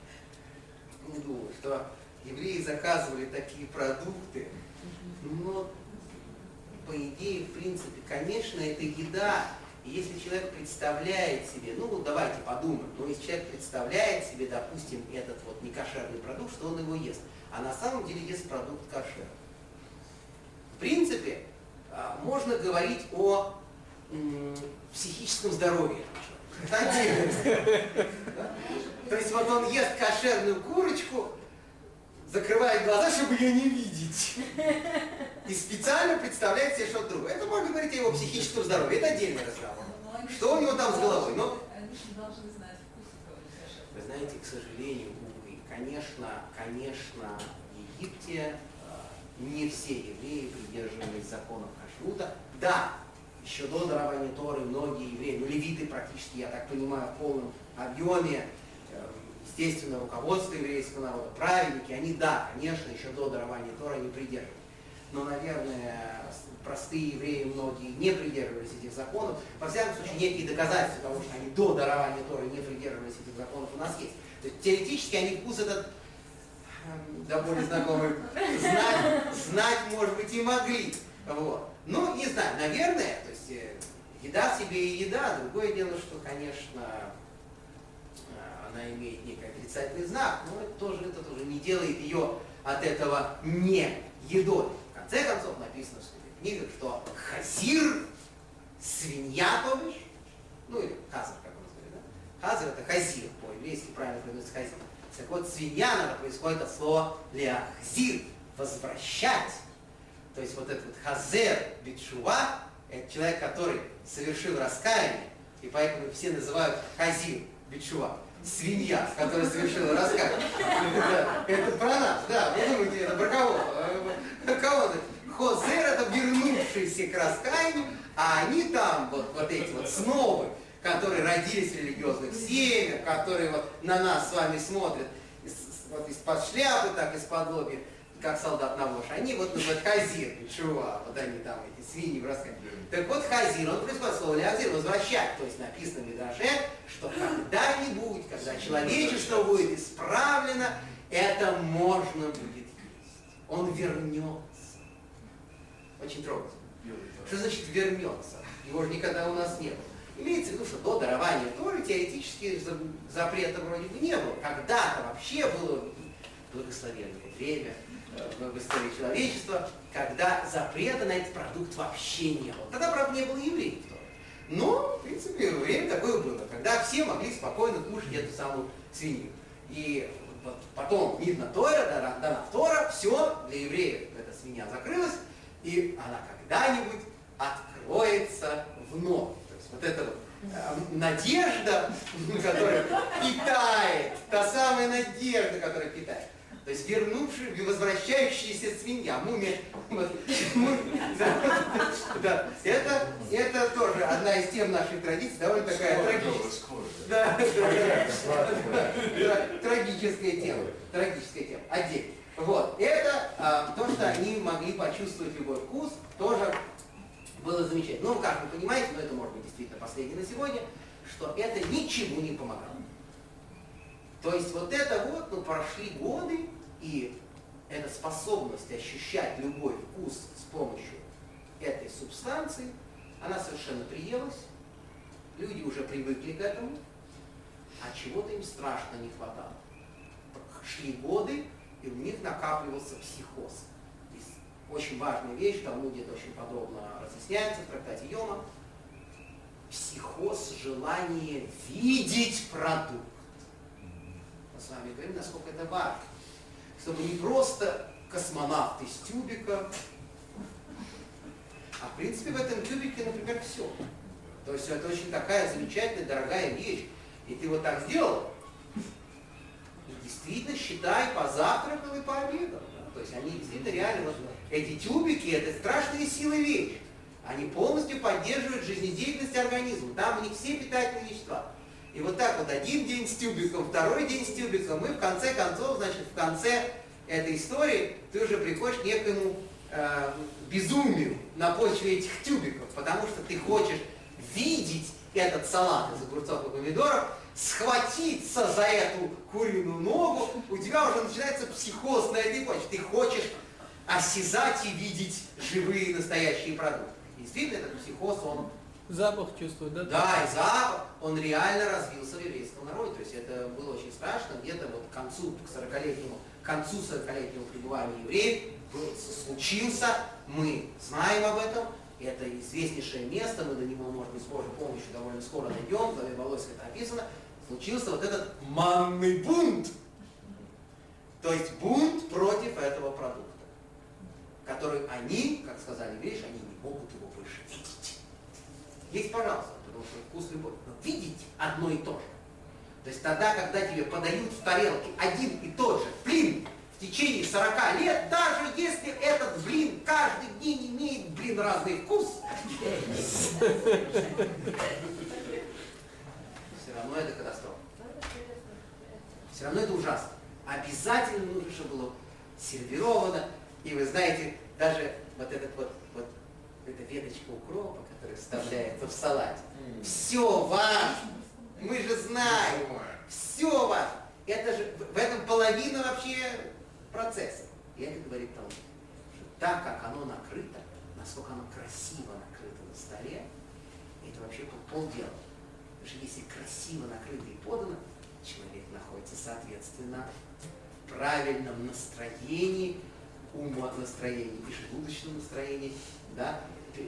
что евреи заказывали такие продукты, но по идее, в принципе, конечно, это еда. И если человек представляет себе, ну вот давайте подумаем, но если человек представляет себе, допустим, этот вот некошерный продукт, что он его ест, а на самом деле ест продукт кошер. В принципе, можно говорить о психическом здоровье этого человека. То есть вот он ест кошерную курочку, закрывает глаза, чтобы ее не видеть. И специально представляет себе что-то другое. Это можно говорить о его психическом здоровье. Это отдельный разговор. Что у него там с головой? Они же должны знать Вы знаете, к сожалению, увы, конечно, в Египте не все евреи придерживались законов кашрута. Да, еще до дарования Торы многие евреи, ну левиты практически, я так понимаю, в полном объеме, естественно, руководство еврейского народа, праведники, они, да, конечно, еще до дарования Торы не придерживались. Но, наверное, простые евреи многие не придерживались этих законов. Во всяком случае, некие доказательства того, что они до дарования Торы не придерживались этих законов, у нас есть. То есть теоретически они вкус этот, да более знакомый, знать, может быть, и могли. Вот. Ну, не знаю, наверное, то есть еда в себе и еда. Другое дело, что, конечно, она имеет некий отрицательный знак, но это тоже не делает ее от этого не едой. В конце концов, написано в святых книгах, что хазир, свинья, то бишь, ну или хазар, как он называет, да? Хазар это хазир, по-еврейски правильно произносится хазир. Так вот, свинья, она происходит от слова леахзир, возвращать. То есть вот этот вот хазер битшува, это человек, который совершил раскаяние, и поэтому все называют хазир битшува. Свинья, которая совершила раскаяние. Это про нас, да, вы думаете, это про кого? Кого? Хозер это вернувшиеся к раскаянию, а они там, вот эти вот снобы, которые родились в религиозных семьях, которые вот на нас с вами смотрят вот из-под шляпы, так из-под лобья, как солдат на вож, они вот называют хазир, чува, вот они там, эти свиньи в раскаянии. Так вот хазир, он происходит от слова леазир, возвращать, то есть написано в Мидраше, что когда-нибудь, когда человечество будет исправлено, это можно будет есть. Он вернется. Очень трогательно. Что значит вернется? Его же никогда у нас не было. Имеется в виду, что до дарования Торы теоретически запрета вроде бы не было. Когда-то вообще было благословенное время в истории человечества, когда запрета на этот продукт вообще не было. Тогда, правда, не было евреев в Торе. Но, в принципе, время такое было, когда все могли спокойно кушать эту самую свинью. И вот потом видно Тора, дана Тора, все, для евреев эта свинья закрылась, и она когда-нибудь откроется вновь. То есть вот эта вот надежда, которая питает, та самая надежда, которая питает. То есть вернувшая, возвращающаяся свинья, мумия. Да, это тоже одна из тем нашей традиций, довольно такая трагическая тема. Трагическая тема. Отдельно. Вот. Это то, что они могли почувствовать любой вкус, тоже было замечательно. Ну, как вы понимаете, но это может быть действительно последнее на сегодня, что это ничему не помогало. То есть вот это вот, ну, прошли годы, и эта способность ощущать любой вкус с помощью этой субстанции, она совершенно приелась, люди уже привыкли к этому, а чего-то им страшно не хватало. Шли годы, и у них накапливался психоз. Очень важная вещь, в Талмуде это очень подробно разъясняется в трактате Йома. Психоз, желание видеть продукт. Мы с вами говорим, насколько это важно. Чтобы не просто космонавт из тюбика, а в принципе в этом тюбике, например, все. То есть это очень такая замечательная, дорогая вещь. И ты вот так сделал, и действительно, считай, позавтракал и пообедал. Да? То есть они действительно реально, вот, эти тюбики, это страшные силы вещи. Они полностью поддерживают жизнедеятельность организма. Там у них все питательные вещества. И вот так вот один день с тюбиком, второй день с тюбиком, и в конце концов, значит, в конце этой истории ты уже приходишь к некому безумию на почве этих тюбиков, потому что ты хочешь видеть этот салат из огурцов и помидоров, схватиться за эту куриную ногу, у тебя уже начинается психоз на этой почве. Ты хочешь осязать и видеть живые настоящие продукты. И действительно, этот психоз, он... Запах чувствует, да? Да, и запах, он реально развился в еврейском народе. То есть это было очень страшно. Где-то вот к концу 40-летнего пребывания евреев случился, мы знаем об этом, это известнейшее место, мы до него, может быть, с Божьей помощью довольно скоро найдем, в главе Волоська это описано, случился вот этот манный бунт. То есть бунт против этого продукта, который они, как сказали евреи, они не могут его больше видеть. Есть, пожалуйста, потому что вкус любой. Но видеть одно и то же. То есть тогда, когда тебе подают в тарелке один и тот же блин в течение 40 лет, даже если этот блин каждый день имеет, блин, разный вкус, все равно это катастрофа. Все равно это ужасно. Обязательно нужно, чтобы было сервировано. И вы знаете, даже вот эта веточка укропа, которая вставляется в салат, все важно. Мы же знаем, все важно. Это же, в этом половина вообще процесса. И это говорит Талмуд, что так как оно накрыто, насколько оно красиво накрыто на столе, это вообще полдела. Потому что если красиво накрыто и подано, человек находится, соответственно, в правильном настроении, умонастроении и желудочном настроении, да,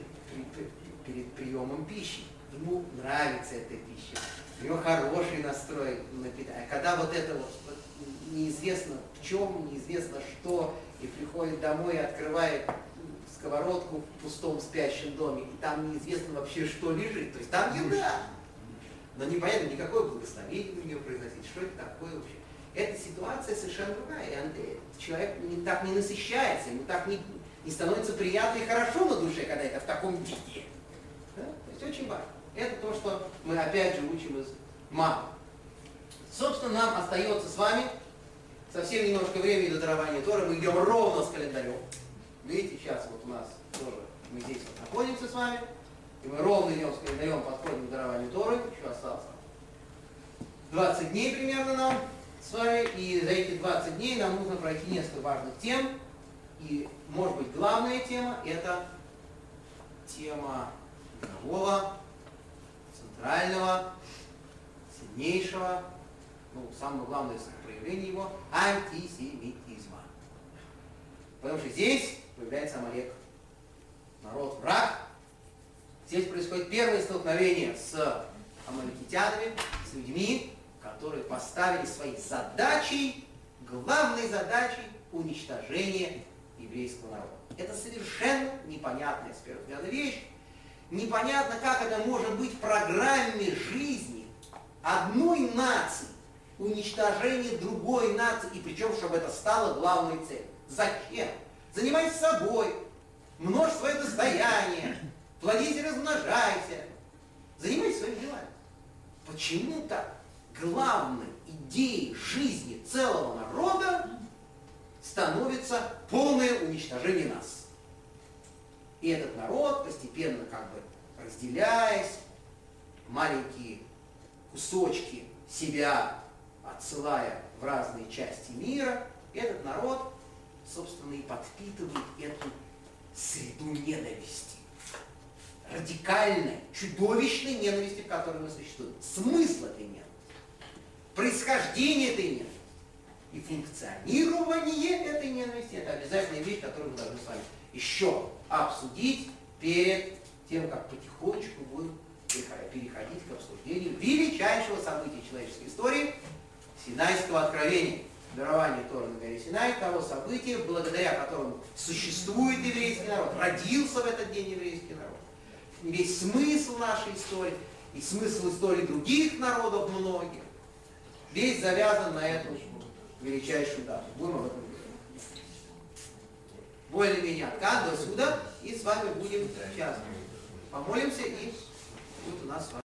перед приемом пищи. Ему нравится эта пища, у него хороший настрой на питание. А когда вот это вот неизвестно в чем, неизвестно что, и приходит домой и открывает сковородку в пустом спящем доме, и там неизвестно вообще, что лежит, то есть там еда. Но непонятно, никакое благословение у нее произносить, что это такое вообще. Эта ситуация совершенно другая. Человек так не насыщается, ему так не становится приятно и хорошо на душе, когда это в таком виде. Да? То есть очень важно. Это то, что мы опять же учим из Мамы. Собственно, нам остается с вами совсем немножко времени до дарования Торы. Мы идем ровно с календарем. Видите, сейчас вот у нас тоже, мы здесь вот находимся с вами. И мы ровно идем с календарем, подходим к дарованию Торы. Еще осталось 20 дней примерно нам с вами. И за эти 20 дней нам нужно пройти несколько важных тем. И, может быть, главная тема – это тема мирового, центрального, сильнейшего, самое главное проявление его – антисемитизма. Потому что здесь появляется Амалек, народ враг. Здесь происходит первое столкновение с амаликитянами, с людьми, которые поставили своей задачей, главной задачей уничтожение еврейского народа. Это совершенно непонятная с первого взгляда вещь. Непонятно, как это может быть в программе жизни одной нации, уничтожение другой нации, и причем, чтобы это стало главной целью. Зачем? Занимайся собой, множь свое достояние, плодись и размножайся, занимайся своими делами. Почему-то главной идеей жизни целого народа становится полное уничтожение нас. И этот народ, постепенно как бы разделяясь, маленькие кусочки себя отсылая в разные части мира, этот народ, собственно, и подпитывает эту среду ненависти. Радикальной, чудовищной ненависти, в которой мы существуем. Смысл этой ненависти, происхождение этой ненависти и функционирование этой ненависти – это обязательная вещь, которую мы должны с вами еще обсудить перед тем, как потихонечку будем переходить к обсуждению величайшего события человеческой истории – Синайского откровения, дарования Торы на горе Синай, того события, благодаря которому существует еврейский народ, родился в этот день еврейский народ. Весь смысл нашей истории и смысл истории других народов многих, весь завязан на эту величайшую дату. Будем об этом говорить. Более-менее откат до сюда, и с вами будем сейчас помолимся, и будет у нас с вами.